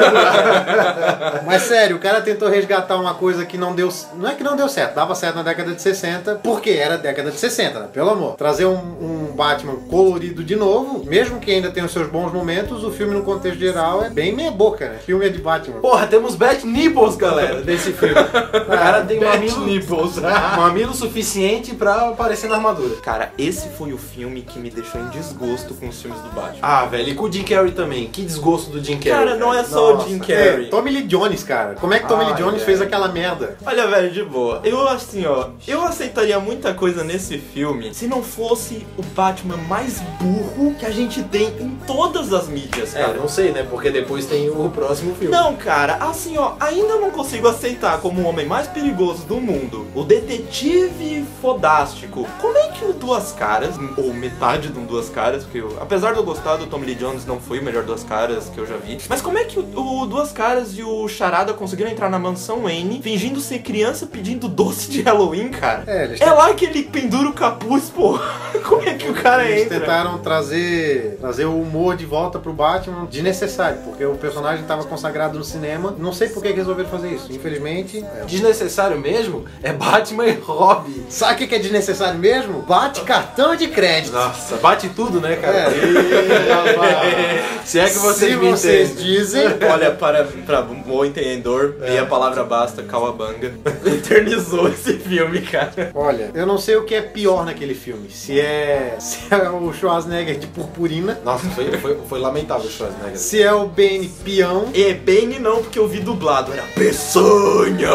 Mas sério, o cara tentou resgatar uma coisa que não deu... Não é que não deu certo, dava certo na década de 60, porque era década de 60, né? Pelo amor. Trazer um Batman colorido de novo, mesmo que ainda tenha os seus bons momentos, o filme no contexto geral é bem meia boca, né? Filme é de Batman. Porra, temos Bat Nipples, galera, desse filme. O cara tem mamilo suficiente pra aparecer na armadura. Cara, esse foi o filme que me deixou em desgosto com os filmes do Batman. Ah, velho, e com o Jim Carrey também. Que desgosto do Jim Carrey. Cara, não é só o Jim Carrey. Tommy Lee Jones, cara. Como é que Tommy Lee Jones fez aquela merda? Olha, velho, de boa. Eu, assim, ó, eu aceitaria muita coisa nesse filme se não fosse o Batman mais burro que a gente tem em todas as mídias, cara. Não sei, né? Porque depois tem o próximo filme. Não, cara, assim, ó, ainda não consigo aceitar como o homem mais perigoso do mundo, o detetive fodástico. Como é que o Duas Caras, ou metade de um Duas Caras, porque apesar de eu gostar do Tommy Lee Jones, não foi o melhor Duas Caras que eu já vi, mas como é que o Duas Caras e o Charada conseguiram entrar na mansão Wayne fingindo ser criança pedindo doce de Halloween, cara? É lá que ele pendura o capuz, pô. Como é que o cara Eles entra? tentaram trazer o humor de volta pro Batman desnecessário, porque o personagem estava consagrado no cinema. Não sei por que resolveram fazer isso. Infelizmente. Desnecessário mesmo é Batman e Robin. Sabe o que é desnecessário mesmo? Bate cartão de crédito. Nossa, bate tudo, né, cara? É. Se é é que vocês Se me vocês entendem? dizem... Olha, para um bom entendedor, meia palavra basta, Cowabunga. Eternizou esse filme, cara. Olha, eu não sei o que é pior naquele filme. Se é o Schwarzenegger de purpurina, Nossa, foi lamentável o Schwarzenegger. se é o Bane peão, E Bane não, porque eu vi dublado, era Peçonha!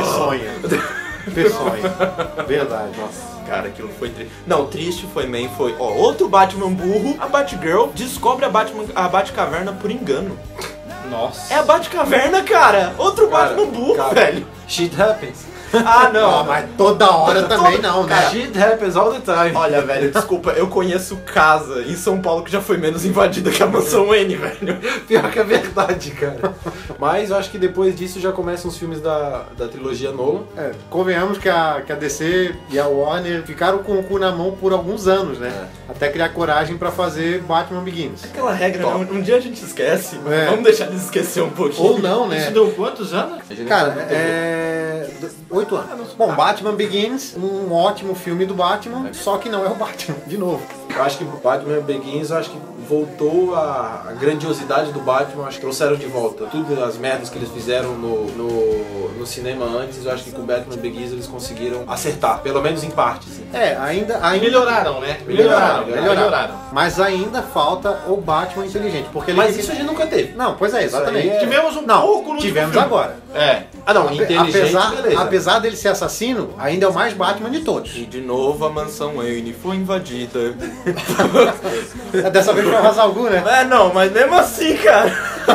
Peçonha. Verdade, nossa. Cara, aquilo foi triste. Não, triste foi, ó, outro Batman burro, a Batgirl descobre a Batcaverna por engano. Nossa. É a Batcaverna, cara! Outro Cara, Batman burro, cara. velho. Shit happens. Ah, não. Ah, mas toda hora também não, né? Shit happens all the time. Olha, velho, desculpa, eu conheço casa em São Paulo que já foi menos invadida que a Mansão N, velho. Pior que é verdade, cara. Mas eu acho que depois disso já começam os filmes da trilogia Nolan. É, convenhamos que a DC e a Warner ficaram com o cu na mão por alguns anos, né? Até criar coragem pra fazer Batman Begins. Aquela regra, né? Um dia a gente esquece, É. vamos deixar eles esquecer um pouquinho. Ou não, né? Isso deu quantos anos? Cara, 8 anos. Bom, Batman Begins, um ótimo filme do Batman, só que não é o Batman, de novo. Eu acho que Batman Begins, eu acho que voltou a grandiosidade do Batman, eu acho que trouxeram de volta tudo as merdas que eles fizeram no cinema antes, eu acho que com Batman Begins eles conseguiram acertar, pelo menos em parte, assim. Ainda Melhoraram, né? Melhoraram. Mas ainda falta o Batman inteligente, porque ele Mas isso a gente nunca teve. Não, pois é, exatamente. Isso aí é- Tivemos um Não, pouco no tivemos último filme. agora. É. Ah não, inteligente, beleza. Apesar dele ser assassino, ainda é o mais Batman de todos. E de novo a Mansão Wayne foi invadida. Dessa vez foi o Ra's al Ghul, né? É, não, mas mesmo assim, cara.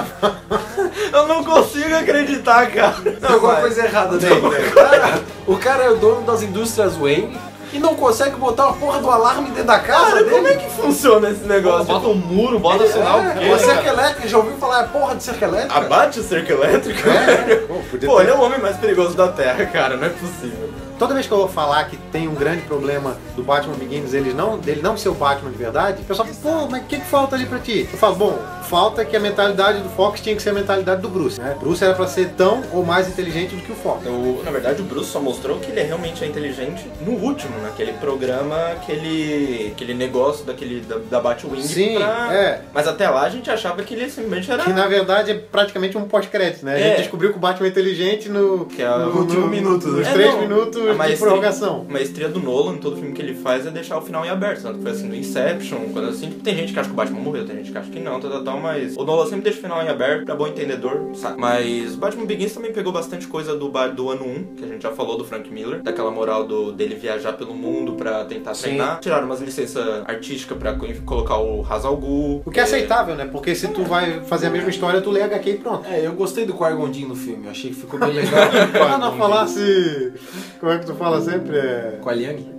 Eu não consigo acreditar, cara. Tem alguma coisa errada nele, né? O cara é o dono das indústrias Wayne e não consegue botar a porra do alarme dentro da casa Cara, dele. como é que funciona esse negócio? Bota um muro, bota sei lá o quê. Uma cerca cara. elétrica, já ouviu falar a porra de cerca elétrica? Abate o cerco elétrico? Pô, ele é o homem mais perigoso da Terra, cara, não é possível. Toda vez que eu vou falar que tem um grande problema do Batman Begins, dele não ser o Batman de verdade, o pessoal fala, pô, mas o que falta ali pra ti? Eu falo, bom, falta que a mentalidade do Fox tinha que ser a mentalidade do Bruce, né? Bruce era pra ser tão ou mais inteligente do que o Fox. Na verdade, o Bruce só mostrou que ele realmente é inteligente no último, naquele programa, aquele negócio da Batwing. Sim, é. Mas até lá a gente achava que ele simplesmente era... Que na verdade é praticamente um pós-crédito, né? A gente descobriu que o Batman é inteligente no último minuto, nos né? 3 minutos de prorrogação. A maestria do Nolan, todo filme que ele faz, é deixar o final em aberto. Tanto que foi assim no Inception, quando assim, tem gente que acha que o Batman morreu, tem gente que acha que não, mas o Nolan sempre deixa o final em aberto, pra bom entendedor, sabe? Mas Batman Begins também pegou bastante coisa do ano 1, que a gente já falou do Frank Miller, daquela moral dele viajar pelo mundo pra tentar treinar. Tiraram umas licenças artísticas pra colocar o Ra's al Ghul. O que é aceitável, né? Porque se tu vai fazer a mesma história, tu lê HQ e pronto. É, eu gostei do Qui-Gon Jinn no filme, eu achei que ficou bem legal. Ah, não falasse... Como é que tu fala sempre? Qui-Liang?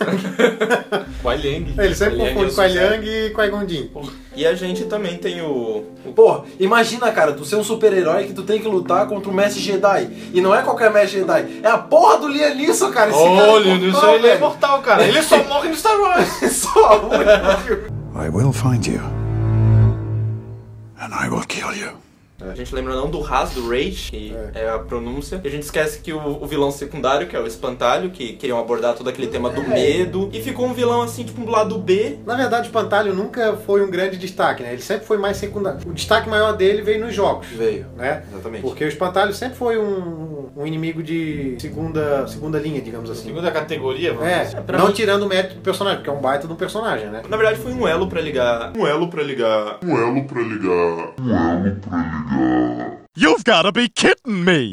Qui-Liang. Ele sempre Qui-Liang confunde é Qui-Liang e Qui-Gon Jinn. E a gente também tem o Porra, imagina, cara, tu ser um super-herói que tu tem que lutar contra um mestre Jedi. E não é qualquer mestre Jedi, é a porra do Liam Neeson, cara. Esse cara Olha, isso imortal, aí ele é velho. imortal, cara. Ele só morre no Star Wars. Só I will find you. And I will kill you. A gente lembra não do Ras, do Rage, que é a pronúncia. E a gente esquece que o vilão secundário, que é o Espantalho, que queriam abordar todo aquele tema do medo. E ficou um vilão assim, tipo, do lado B. Na verdade, o Espantalho nunca foi um grande destaque, né? Ele sempre foi mais secundário. O destaque maior dele veio nos jogos. Veio, Né? exatamente. Porque o Espantalho sempre foi um inimigo de segunda linha, digamos assim. Segunda categoria, vamos dizer. É, pra não mim- tirando o mérito do personagem, porque é um baita do personagem, né? Na verdade, foi um elo pra ligar. You've gotta be kidding me!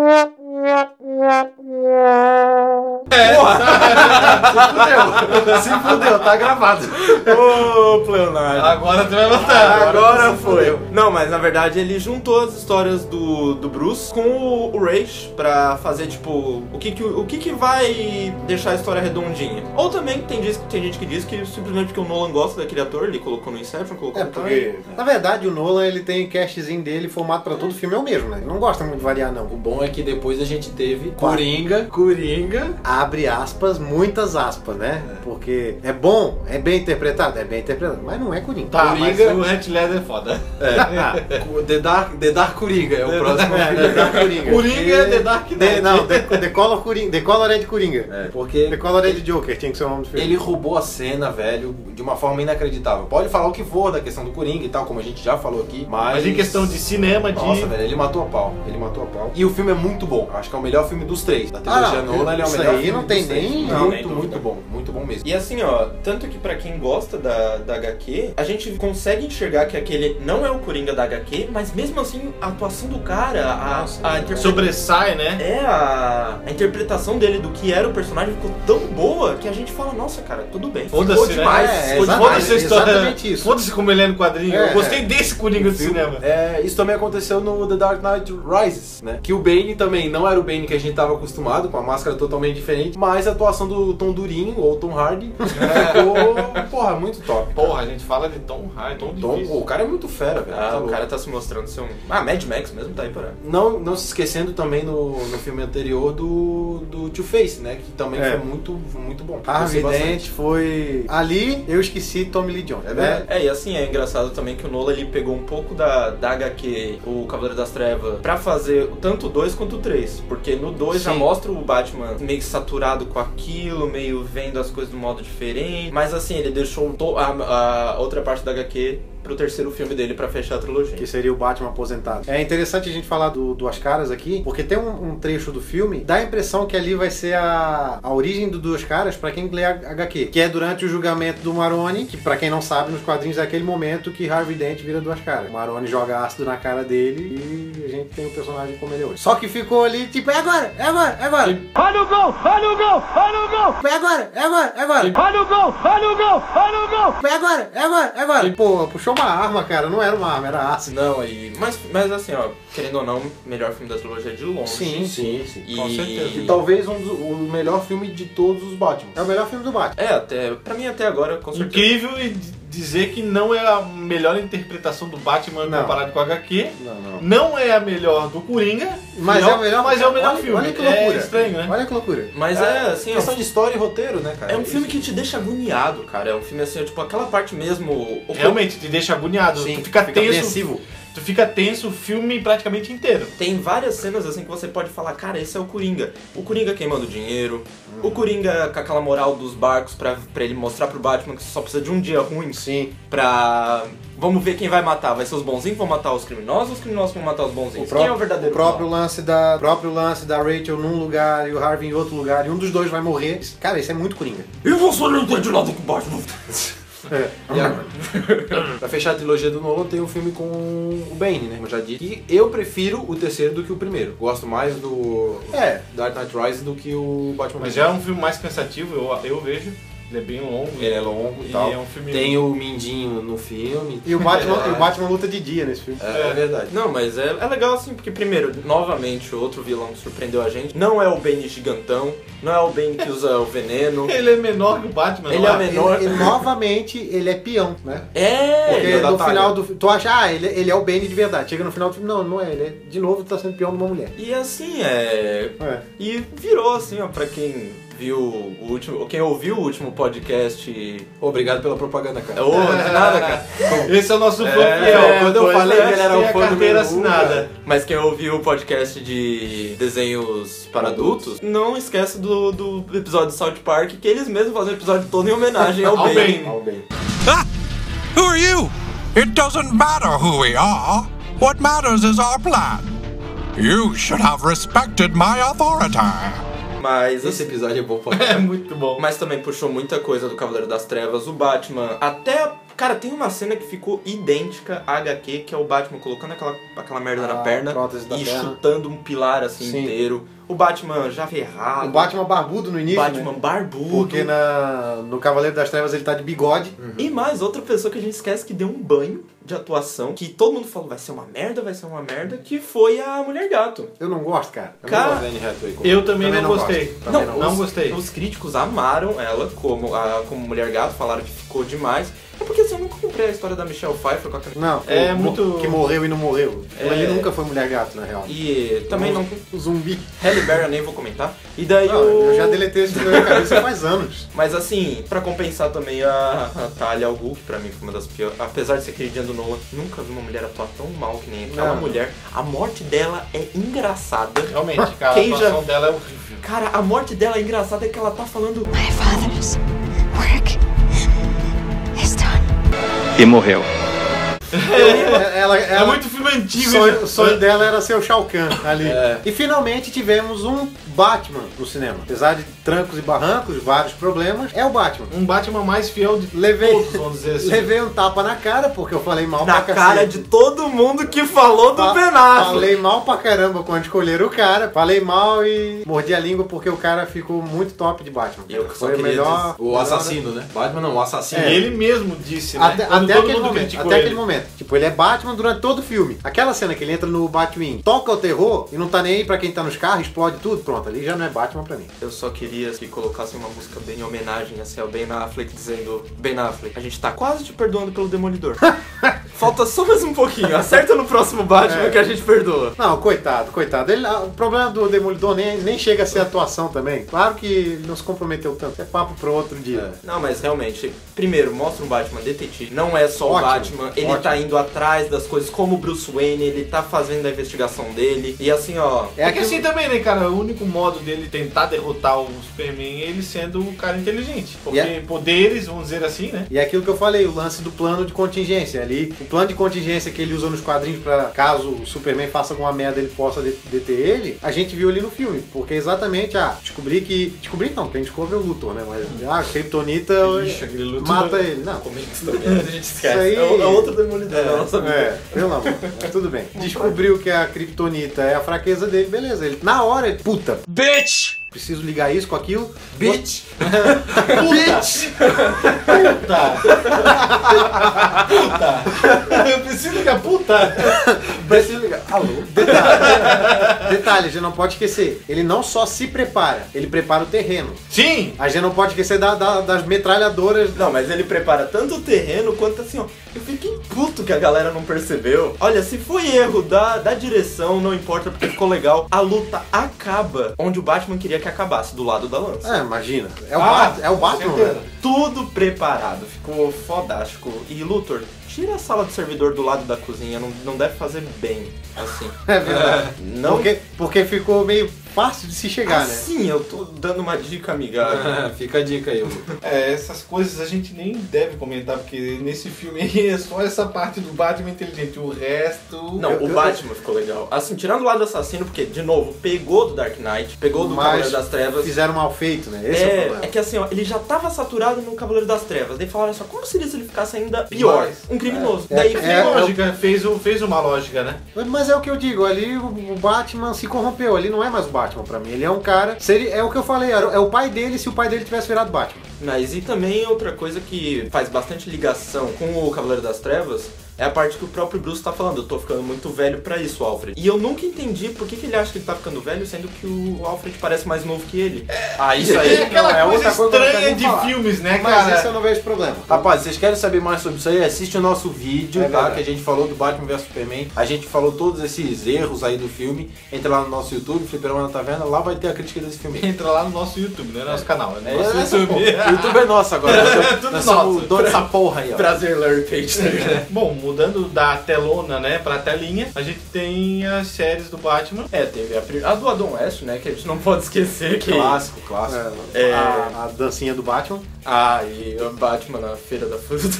Se fudeu, tá gravado. Ô, Pleonardo. Agora tu vai botar. Agora foi. Não, mas na verdade ele juntou as histórias do Bruce com o Rage pra fazer, tipo, o que vai deixar a história redondinha. Ou também tem gente que diz que simplesmente porque o Nolan gosta daquele ator, ele colocou no Inception, colocou no Porque, na verdade, o Nolan, ele tem castzinho dele formado pra todo filme, é o mesmo, né? Ele não gosta muito de variar, não. O bom é que depois a gente teve Coringa. Abre aspas, muitas aspas, né? Porque é bom, é bem interpretado, mas não é Coringa. Tá, Coringa- mas o Heath Ledger é foda. The Dark Coringa é o próximo filme. The Dark Coringa. Coringa é The Dark Knight. Não, The Color Coringa. The Colored Coringa. Porque The Colored Joker, tinha que ser o nome do filme. ele roubou a cena, velho, de uma forma inacreditável. Pode falar o que for da questão do Coringa e tal, como a gente já falou aqui, Mas em questão de cinema, Nossa, velho, ele matou a pau. E o filme é muito bom. Acho que é o melhor filme dos três. Da trilogia Nolan, ele é o isso melhor aí filme não tem dos três. nem- Não, nem Muito dúvida. bom mesmo. E assim, ó, tanto que pra quem gosta da HQ, a gente consegue enxergar que aquele não é o Coringa da HQ, mas mesmo assim, a atuação do cara, a interpretação... sobressai, né? A interpretação dele do que era o personagem ficou tão boa que a gente fala, nossa, cara, tudo bem. Foda-se, Ficou demais. né? Ficou exatamente. demais. Foda-se a história. exatamente isso. Foda-se como ele é no quadrinho. É, Eu gostei desse Coringa do cinema. Isso também aconteceu no The Dark Knight Rises, né? Que o Bane também não era o Bane que a gente tava acostumado, com a máscara totalmente diferente, mas a atuação do Tom Durinho, ou Tom Hardy, ficou, porra, muito top. Porra, a gente fala de Tom Hardy, Tom difícil. O cara é muito fera, velho. Tá O louco. cara tá se mostrando ser um... Mad Max mesmo tá aí para. Não se esquecendo também no filme anterior do Two-Face, né? Que também É. foi muito bom. Harvey Gostei Dent foi... Ali, eu esqueci Tommy Lee Jones, né? E assim, é engraçado também que o Nolan ele pegou um pouco da HQ, o Cavaleiro das Trevas, pra fazer tanto o 2 quanto o 3. Porque no 2 já Sim. mostra o Batman meio saturado com aquilo, meio vendo as coisas de um modo diferente. Mas assim, ele deixou a outra parte da HQ pro terceiro filme dele pra fechar a trilogia. Que seria o Batman aposentado. É interessante a gente falar do Duas Caras aqui, porque tem um trecho do filme, dá a impressão que ali vai ser a origem do Duas Caras pra quem lê a HQ, que é durante o julgamento do Maroni, que pra quem não sabe, nos quadrinhos é aquele momento que Harvey Dent vira Duas Caras. O Maroni joga ácido na cara dele e a gente tem o personagem como ele é hoje. Só que ficou ali, tipo, é agora! Olha o gol! Olha o gol! Olha o gol! É agora! Olha o gol! Olha o gol! Olha o gol! É agora! Pô, puxou uma arma, cara, não era uma arma, era ácido. Não, mas assim, ó, querendo ou não, o melhor filme da trilogia de longe. Sim. E... Com certeza. E talvez o melhor filme de todos os Batman. É o melhor filme do Batman. Pra mim até agora, com certeza. Incrível e dizer que não é a melhor interpretação do Batman Não. comparado com o HQ. Não. Não é a melhor do Coringa. Mas é o melhor, mas é o melhor olha, filme. Olha que loucura. É estranho, né? Olha que loucura. Mas assim, ó, Questão de história e roteiro, né, cara? é um filme que te deixa agoniado, cara. É um filme assim, tipo, aquela parte mesmo... Realmente te deixa agoniado. Sim, tu fica tenso. apreensivo. Tu fica tenso o filme praticamente inteiro. Tem várias cenas assim que você pode falar, cara, esse é o Coringa. O Coringa queimando dinheiro, o Coringa com aquela moral dos barcos pra ele mostrar pro Batman que só precisa de um dia ruim Sim. pra... Vamos ver quem vai matar. Vai ser os bonzinhos que vão matar os criminosos ou os criminosos que vão matar os bonzinhos? Quem é o verdadeiro O próprio mal? lance da Rachel num lugar e o Harvey em outro lugar e um dos dois vai morrer. Cara, isso é muito Coringa. E você não entende nada com o Batman. E agora? Pra fechar a trilogia do Nolan, tem um filme com o Bane, né? Como eu já disse. E eu prefiro o terceiro do que o primeiro. Gosto mais do Dark Knight Rises do que o Batman. Mas já é um filme mais cansativo, eu vejo. Ele é bem longo. Ele é longo e E tal. é um filme... Tem o Mindinho no filme. E o Batman luta de dia nesse filme. É verdade. Não, mas é legal assim, porque primeiro, novamente, outro vilão que surpreendeu a gente. Não é o Bane gigantão, não é o Bane que usa o veneno. Ele é menor que o Batman. Ele não é menor. Novamente, ele é peão, né? É! Porque da no talha. final do tu acha, ele é o Bane de verdade. Chega no final do filme, não é. Ele é, de novo tá sendo peão de uma mulher. E assim, E virou assim, ó, pra quem viu o último. Quem ouviu o último podcast. Obrigado pela propaganda, cara. Ô, de nada, cara. Esse é o nosso fã fiel. Quando eu pois falei que ele era tem o a fã carteira número um, assinada. Mas quem ouviu o podcast de desenhos para adultos, não esquece do episódio de South Park, que eles mesmos fazem o episódio todo em homenagem ao Ao Bane. Bane. Who are you? It doesn't matter who we are. What matters is our plan. You should have respected my authority. Mas Esse assim, episódio é bom pra É caralho. muito bom. mas também puxou muita coisa do Cavaleiro das Trevas, o Batman, até... Cara, tem uma cena que ficou idêntica à HQ, que é o Batman colocando aquela merda na perna prótese da e perna. chutando um pilar assim Sim. inteiro. O Batman já ferrado. O Batman barbudo no início, Batman né? barbudo. Porque no Cavaleiro das Trevas ele tá de bigode. E mais outra pessoa que a gente esquece que deu um banho de atuação, que todo mundo falou vai ser uma merda, que foi a Mulher Gato. Eu não gosto, cara. Eu Cara, não gosto da Anne Hathaway como- Eu também não gosto. gostei. Não os- gostei. Os críticos amaram ela como Mulher Gato, falaram que ficou demais. É porque assim, eu nunca comprei a história da Michelle Pfeiffer com aquela... Não, É muito- que morreu e não morreu. É. Ele nunca foi mulher gato, na real. E também não... O zumbi. Halle Berry eu nem vou comentar. E daí Não, eu já deletei isso da minha cabeça faz anos. Mas assim, pra compensar também a Talia al Ghul, que pra mim foi uma das piores. Apesar de ser queridinha do Nolan, nunca vi uma mulher atuar tão mal que nem aquela Não. mulher. A morte dela é engraçada. Realmente, cara, Quem a já- atuação dela é horrível. Cara, a morte dela é engraçada, é que ela tá falando... My father's work is done. E morreu. Ela, É muito filme antigo. O sonho dela era ser o Shao Kahn ali. E finalmente tivemos um Batman no cinema. Apesar de trancos e barrancos, vários problemas, é o Batman. Um Batman mais fiel de Levei, todos, vamos dizer assim. levei um tapa na cara porque eu falei mal Na pra cara cacete. de todo mundo que falou do Fa- Ben Affleck. Falei mal pra caramba quando escolheram o cara. Falei mal e mordi a língua porque o cara ficou muito top de Batman. Eu só Foi o queria melhor. O assassino, né? Batman não, o assassino. É. Ele mesmo disse, né? Até, Quando até todo aquele mundo momento, criticou até ele. aquele momento. Tipo, ele é Batman durante todo o filme. Aquela cena que ele entra no Batwing, toca o terror e não tá nem aí pra quem tá nos carros, explode tudo, pronto, ali já não é Batman pra mim. Eu só queria que colocassem uma música bem em homenagem assim, ao Ben Affleck, dizendo: Ben Affleck, a gente tá quase te perdoando pelo Demolidor. Falta só mais um pouquinho, acerta no próximo Batman que a gente perdoa. Não, coitado. O problema do Demolidor nem chega a ser atuação também. Claro que ele não se comprometeu tanto. É papo pro outro dia. Não, mas realmente, primeiro, mostra um Batman detetive. Não é só Ótimo, o Batman, ele ótimo. tá indo atrás das coisas como o Bruce Wayne, ele tá fazendo a investigação dele. E assim, ó. É É que aquilo- assim também, né, cara? O único modo dele tentar derrotar o Superman é ele sendo um cara inteligente. Porque Yeah. poderes, vamos dizer assim, né? E é aquilo que eu falei, o lance do plano de contingência ali. O plano de contingência que ele usa nos quadrinhos pra caso o Superman faça alguma merda ele possa deter ele, a gente viu ali no filme. Porque exatamente, descobri não, quem descobre é o Luthor, né? Mas a Kryptonita Ixi, aquele Luthor- mata ele. Não. Como é que isso também? A gente esquece. Isso aí- É outro Demolidor da nossa vida. É, pelo amor. Mas tudo bem. Descobriu que a Kryptonita é a fraqueza dele, beleza. Ele, na hora, ele, puta, Bitch! preciso ligar isso com aquilo. Bitch! Bitch! Eu preciso ligar, puta! Preciso ligar. Alô? Detalhe, a gente não pode esquecer. Ele não só se prepara, ele prepara o terreno. Sim! A gente não pode esquecer das metralhadoras. Não, mas ele prepara tanto o terreno quanto assim, ó. Eu fiquei puto que a galera não percebeu. Olha, se foi erro da direção, não importa porque ficou legal. A luta acaba onde o Batman queria que acabasse, do lado da lança. É, imagina. É o, é o com Batman, certeza. né? Tudo preparado, ficou fodástico. E Luthor, tira a sala do servidor do lado da cozinha, não deve fazer bem, assim. É verdade. Não Porque ficou meio fácil de se chegar, né? Sim, eu tô dando uma dica amigável. Fica a dica aí, Essas coisas a gente nem deve comentar, porque nesse filme aí é só essa parte do Batman inteligente. O resto... Não, o Batman ficou legal. Assim, tirando o lado do assassino, porque, de novo, pegou do Dark Knight, pegou do Mas Cavaleiro das Trevas. Fizeram mal feito, né? Esse é o problema. É que assim, ó, ele já tava saturado no Cavaleiro das Trevas. Daí falaram só, como seria se ele ficasse ainda pior? Mais. Um criminoso. É. Daí Tem lógica, fez uma lógica, né? Mas é o que eu digo, ali o Batman se corrompeu, ali não é mais o Batman pra mim, ele é um cara, é o que eu falei, é o pai dele se o pai dele tivesse virado Batman. Mas e também outra coisa que faz bastante ligação com o Cavaleiro das Trevas é a parte que o próprio Bruce tá falando. Eu tô ficando muito velho pra isso, Alfred. E eu nunca entendi por que ele acha que ele tá ficando velho, sendo que o Alfred parece mais novo que ele. Isso É aí aquela não, é coisa outra coisa que eu não estranha quero de nem falar. filmes, né, Mas cara? esse eu não vejo problema. Rapaz, vocês querem saber mais sobre isso aí? Assiste o nosso vídeo, É tá? verdade. Que a gente falou do Batman vs Superman. A gente falou todos esses erros aí do filme. Entra lá no nosso YouTube, Fliperama na Taverna, lá vai ter a crítica desse filme. Entra lá no nosso YouTube, não é nosso canal, é É, nosso essa YouTube. porra. O YouTube é nosso agora. Tudo Nós somos nosso. dono dessa porra aí, ó. Prazer, Larry Page. Bom, mudando da telona, né, pra telinha, a gente tem as séries do Batman. É, teve a do Adam West, né, que a gente não pode esquecer que... Clássico, clássico. É. A dancinha do Batman. Ah, e o Batman na Feira da Fruta.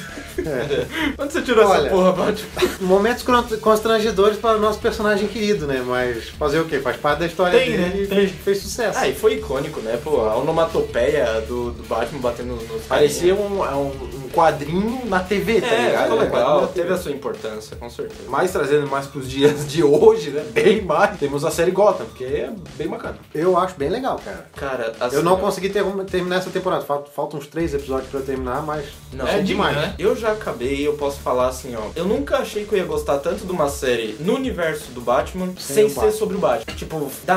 Onde você tirou Olha, essa porra, Batman? Momentos constrangedores para o nosso personagem querido, né? Mas fazer o quê? Faz parte da história Tem, dele né? e Tem. fez sucesso. Ah, e foi icônico, né? Pô, a onomatopeia do Batman batendo nos Parecia um quadrinho na TV, tá É, ligado? ficou Um quadrinho legal, na teve TV. a sua importância, com certeza. Mas trazendo mais pros dias de hoje, né? Bem mais. Temos a série Gotham, que é bem bacana. Eu acho bem legal, cara. Cara, assim, Eu não consegui terminar essa temporada. Faltam uns 3 episódios pra eu terminar, mas Não, É demais. né? eu já acabei, eu posso falar assim, ó. Eu nunca achei que eu ia gostar tanto de uma série no universo do Batman sem o ser Batman. sobre o Batman. Tipo, dá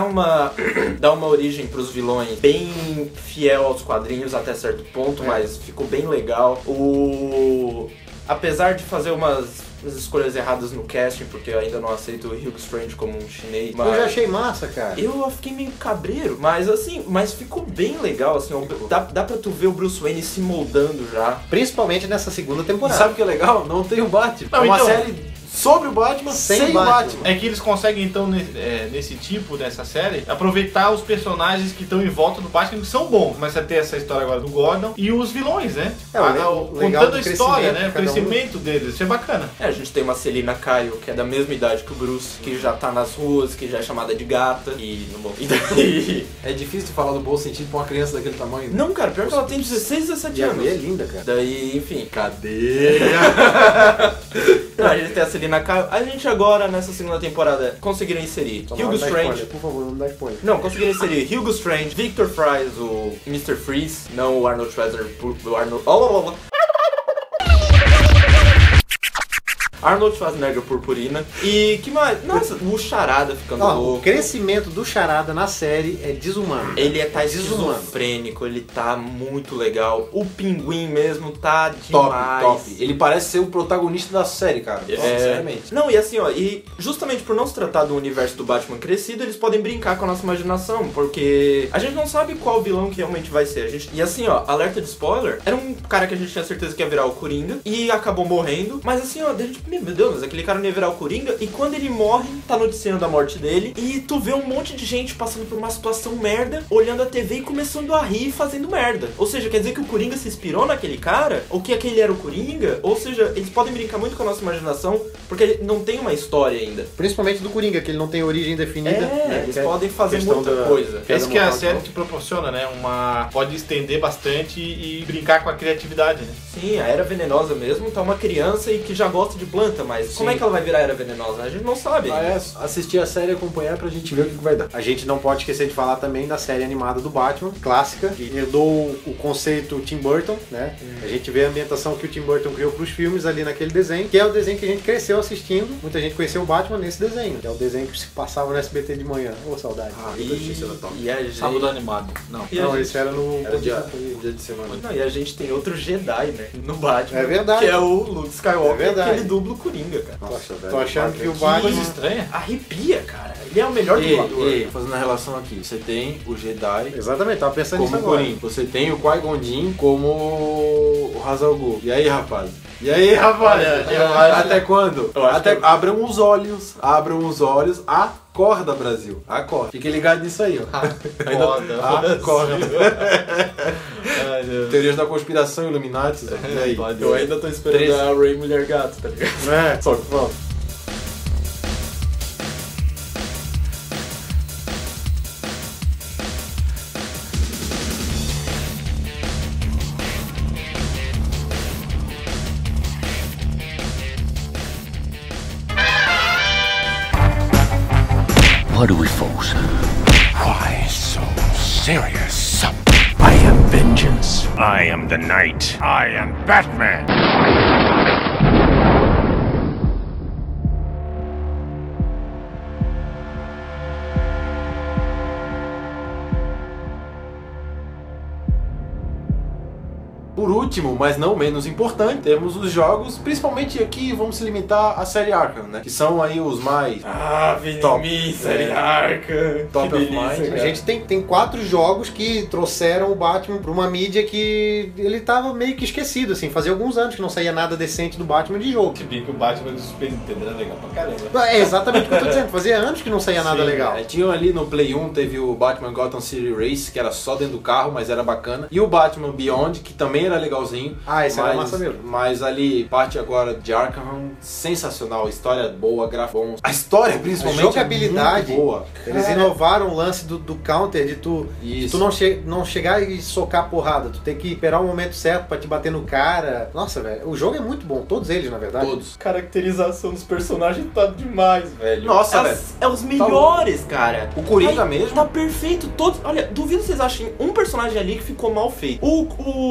uma origem pros vilões bem fiel aos quadrinhos até certo ponto, mas ficou bem legal. Apesar de fazer umas escolhas erradas no casting, porque eu ainda não aceito o Hugh Strange como um chinês. Mas eu já achei massa, cara. Eu fiquei meio cabreiro, mas assim, ficou bem legal, assim, dá pra tu ver o Bruce Wayne se moldando já. Principalmente nessa segunda E temporada. sabe o que é legal? Não tem o Batman. Não, É uma então- série sobre o Batman sem o Batman. É que eles conseguem, então, nessa série, aproveitar os personagens que estão em volta do Batman, que são bons. Começa a ter essa história agora do Gordon e os vilões, né? O legal Contando do a história, crescimento né? de O cada um. crescimento deles. Isso é bacana. A gente tem uma Selina Kyle, que é da mesma idade que o Bruce, que já tá nas ruas, que já é chamada de gata, e não bom. E daí... É difícil de falar no bom sentido pra uma criança daquele tamanho. Não, cara, pior que ela tem 16, 17 E a anos. Mia é linda, cara. Daí, enfim. Cadê? Não, a gente tem a Selina Kyle. A gente agora, nessa segunda temporada, conseguiram inserir Só Hugo não dá Strange. spoiler, por favor, não dá spoiler. Não, conseguiram inserir Hugo Strange, Victor Fries, o Mr. Freeze, não o Arnold Schwarzenegger, o Arnold Schwarzenegger purpurina. E que mais? Nossa, o Charada ficando Ó, louco. o crescimento do Charada na série é desumano. Ele tá desumano. esquizofrênico, ele tá muito legal. O Pinguim mesmo tá Top, demais. top. Ele parece ser o protagonista da série, cara. Sinceramente. Não, e assim, ó, e justamente por não se tratar do universo do Batman crescido, eles podem brincar com a nossa imaginação, porque a gente não sabe qual vilão que realmente vai ser. E assim, ó, alerta de spoiler, era um cara que a gente tinha certeza que ia virar o Coringa, e acabou morrendo, mas assim, ó, a gente, meu Deus, mas aquele cara não ia virar o Coringa, e quando ele morre, tá noticiando a morte dele, e tu vê um monte de gente passando por uma situação merda, olhando a TV e começando a rir e fazendo merda. Ou seja, quer dizer que o Coringa se inspirou naquele cara, ou que aquele era o Coringa, ou seja, eles podem brincar muito com a nossa imaginação, porque não tem uma história ainda. Principalmente do Coringa, que ele não tem origem definida. Eles podem fazer questão muita da- coisa. Esse que é a moral, série então. que proporciona, né? Pode estender bastante e brincar com a criatividade, né? Sim, a Era Venenosa mesmo tá uma criança e que já gosta de planta, mas como é que ela vai virar Era Venenosa? A gente não sabe. Assistir a série e acompanhar pra gente ver o que vai dar. A gente não pode esquecer de falar também da série animada do Batman, clássica, que herdou o conceito Tim Burton, né? A gente vê a ambientação que o Tim Burton criou pros filmes ali naquele desenho, que é o desenho que a gente cresceu assistindo. Muita gente conheceu o Batman nesse desenho, que é o desenho que se passava no SBT de manhã. Ô, saudade. E a gente... Sábado animado. Não. E a Não, gente... esse era no... Era dia de semana. Não, e a gente tem outro Jedi, né? No Batman. É verdade. Que é o Luke Skywalker, É verdade. que ele dubla o Coringa, cara. Nossa, velho, tô achando que o Que Batman... coisa estranha. Arrepia, cara. Ele é o melhor dublador. Ei, fazendo a relação aqui, você tem o Jedi Exatamente, tava pensando nisso como agora. Coringa, você tem o Qui-Gon Jinn como o Hazal Ghul. E aí, rapaz? E aí, rapaz? Olha, eu acho- Até quando? eu acho Até que- abram os olhos, acorda, Brasil, acorda. Fique ligado nisso aí, ó. Acorda. Ai, Deus. Teorias da conspiração, Illuminati, e aí? Eu ainda tô esperando 13. a Ray Mulher Gato, tá ligado? É. Só que vamos. Why do we fall, sir? Why so serious? I am vengeance. I am the Knight. I am Batman. Por último, mas não menos importante, temos os jogos, principalmente aqui vamos se limitar à série Arkham, né? Que são aí os mais top. série Arkham. Top Que of delícia, mind. A cara. gente tem 4 jogos que trouxeram o Batman pra uma mídia que ele tava meio que esquecido, assim. Fazia alguns anos que não saía nada decente do Batman de jogo. Se bem que o Batman do Super Nintendo era legal pra caramba. É exatamente o que eu tô dizendo. Fazia anos que não saía nada legal. Tinham ali no Play 1, teve o Batman Gotham City Race, que era só dentro do carro, mas era bacana. E o Batman Beyond, que também era legalzinho. Ah, esse era mas, massa mesmo. Mas ali, parte agora de Arkham, sensacional. História boa, gráfico bom. A história, principalmente, A jogabilidade, é muito boa. Eles inovaram o lance do counter, de tu Isso. não chegar e socar a porrada. Tu tem que esperar o momento certo pra te bater no cara. Nossa, velho. O jogo é muito bom. Todos eles, na verdade. Todos. Caracterização dos personagens tá demais, velho. Nossa, velho. É os melhores, cara. O Coringa Ai, mesmo. Tá perfeito. Todos. Olha, duvido vocês achem um personagem ali que ficou mal feito. O Pinguim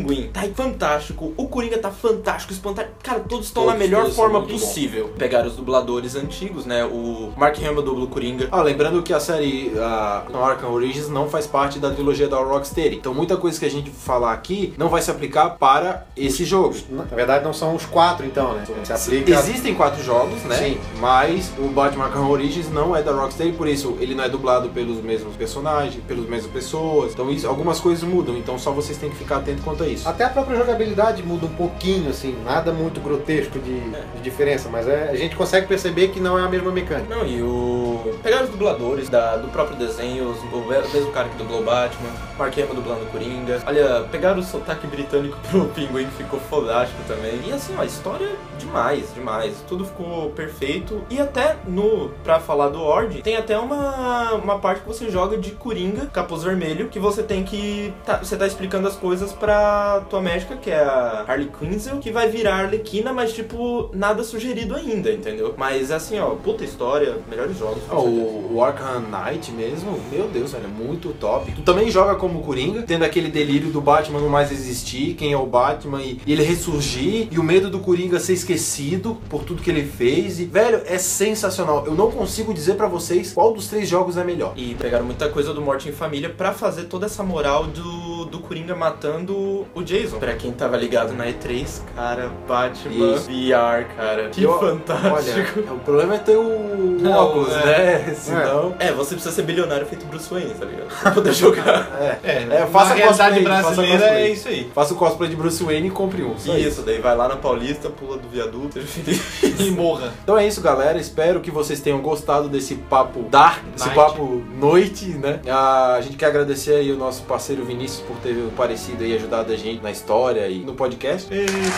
Pinguim tá fantástico, o Coringa tá fantástico, espantalho. Cara, todos estão na Todos melhor são forma muito possível. Pegaram os dubladores antigos, né? O Mark Hamill dubla o Coringa. Lembrando que a série Arkham Origins não faz parte da trilogia da Rocksteady. Então muita coisa que a gente falar aqui não vai se aplicar para esse jogo. Na verdade não são os 4 então, né? Se aplica... Existem 4 jogos, né? Sim. Mas o Batman Arkham Origins não é da Rocksteady, por isso ele não é dublado pelos mesmos personagens, pelas mesmas pessoas. Então algumas coisas mudam, então só vocês têm que ficar atentos quanto a isso. Até a própria jogabilidade muda um pouquinho, assim, nada muito grotesco de diferença, mas a gente consegue perceber que não é a mesma mecânica. Não, e pegaram os dubladores do próprio desenho, o mesmo cara que dublou o Batman, Mark Hamill dublando o Coringa. Olha, pegaram o sotaque britânico pro Pinguim, que ficou fodástico também. E assim, ó, a história demais. Tudo ficou perfeito. E até pra falar do Horde, tem até uma parte que você joga de Coringa, capuz vermelho, que você tem que... você tá explicando as coisas pra tua médica, que é a Harley Quinzel, que vai virar Arlequina, mas tipo, nada sugerido ainda, entendeu? Mas assim, ó, puta história, melhores jogos. O Arkham Knight mesmo, meu Deus, velho, é muito top. Tu também joga como Coringa, tendo aquele delírio do Batman não mais existir, quem é o Batman, e ele ressurgir, e o medo do Coringa ser esquecido por tudo que ele fez. E, velho, é sensacional. Eu não consigo dizer pra vocês qual dos 3 jogos é melhor. E pegaram muita coisa do Morte em Família pra fazer toda essa moral do Coringa matando o Jason. Pra quem tava ligado na E3, cara, Batman Isso. VR, cara. Que fantástico. Olha, o problema é ter o óculos, né? Senão... você precisa ser bilionário feito Bruce Wayne, tá ligado? Pra poder jogar. Faça a realidade cosplay, brasileira faça cosplay. é isso aí. Faça o cosplay de Bruce Wayne e compre um. Só Isso, daí vai lá na Paulista, pula do viaduto, seja feliz. E morra. Então é isso, galera. Espero que vocês tenham gostado desse papo dark, desse papo noite, né? A gente quer agradecer aí o nosso parceiro Vinícius por ter aparecido e ajudado a gente na história e no podcast.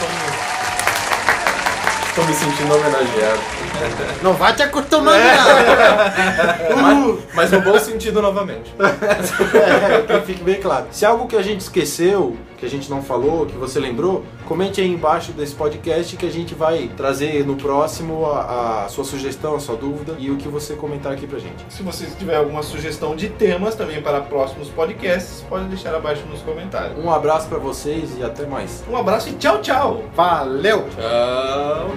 Tô me sentindo homenageado. Não vai te acostumando, não! Mas no bom sentido novamente. Que fique bem claro. Se algo que a gente esqueceu, que a gente não falou, que você lembrou, comente aí embaixo desse podcast que a gente vai trazer no próximo a sua sugestão, a sua dúvida e o que você comentar aqui pra gente. Se você tiver alguma sugestão de temas também para próximos podcasts, pode deixar abaixo nos comentários. Um abraço pra vocês e até mais. Um abraço e tchau, tchau! Valeu! Tchau.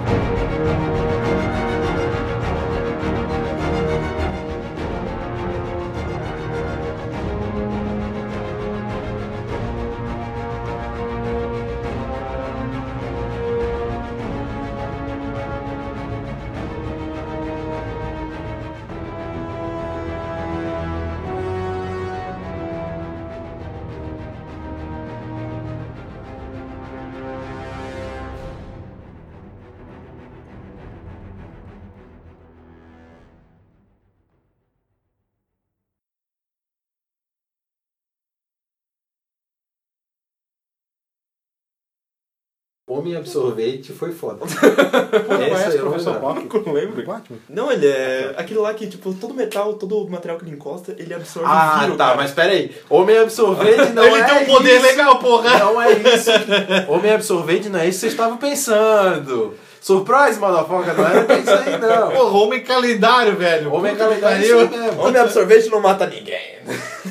Homem Absorvente foi foda. Conhece o Professor Bob? Não lembro. Batman? Não, ele é aquele lá que, tipo, todo metal, todo material que ele encosta, ele absorve vírus, Tá, cara. mas pera aí. Homem Absorvente não Ele tem um poder isso. legal, porra! Não é isso. Homem Absorvente não é isso que vocês estavam pensando. Surprise, motherfucker, não era isso aí, não. Porra, homem calendário, velho! Homem Puta que calendário é pariu. isso mesmo. Homem absorvente não mata ninguém.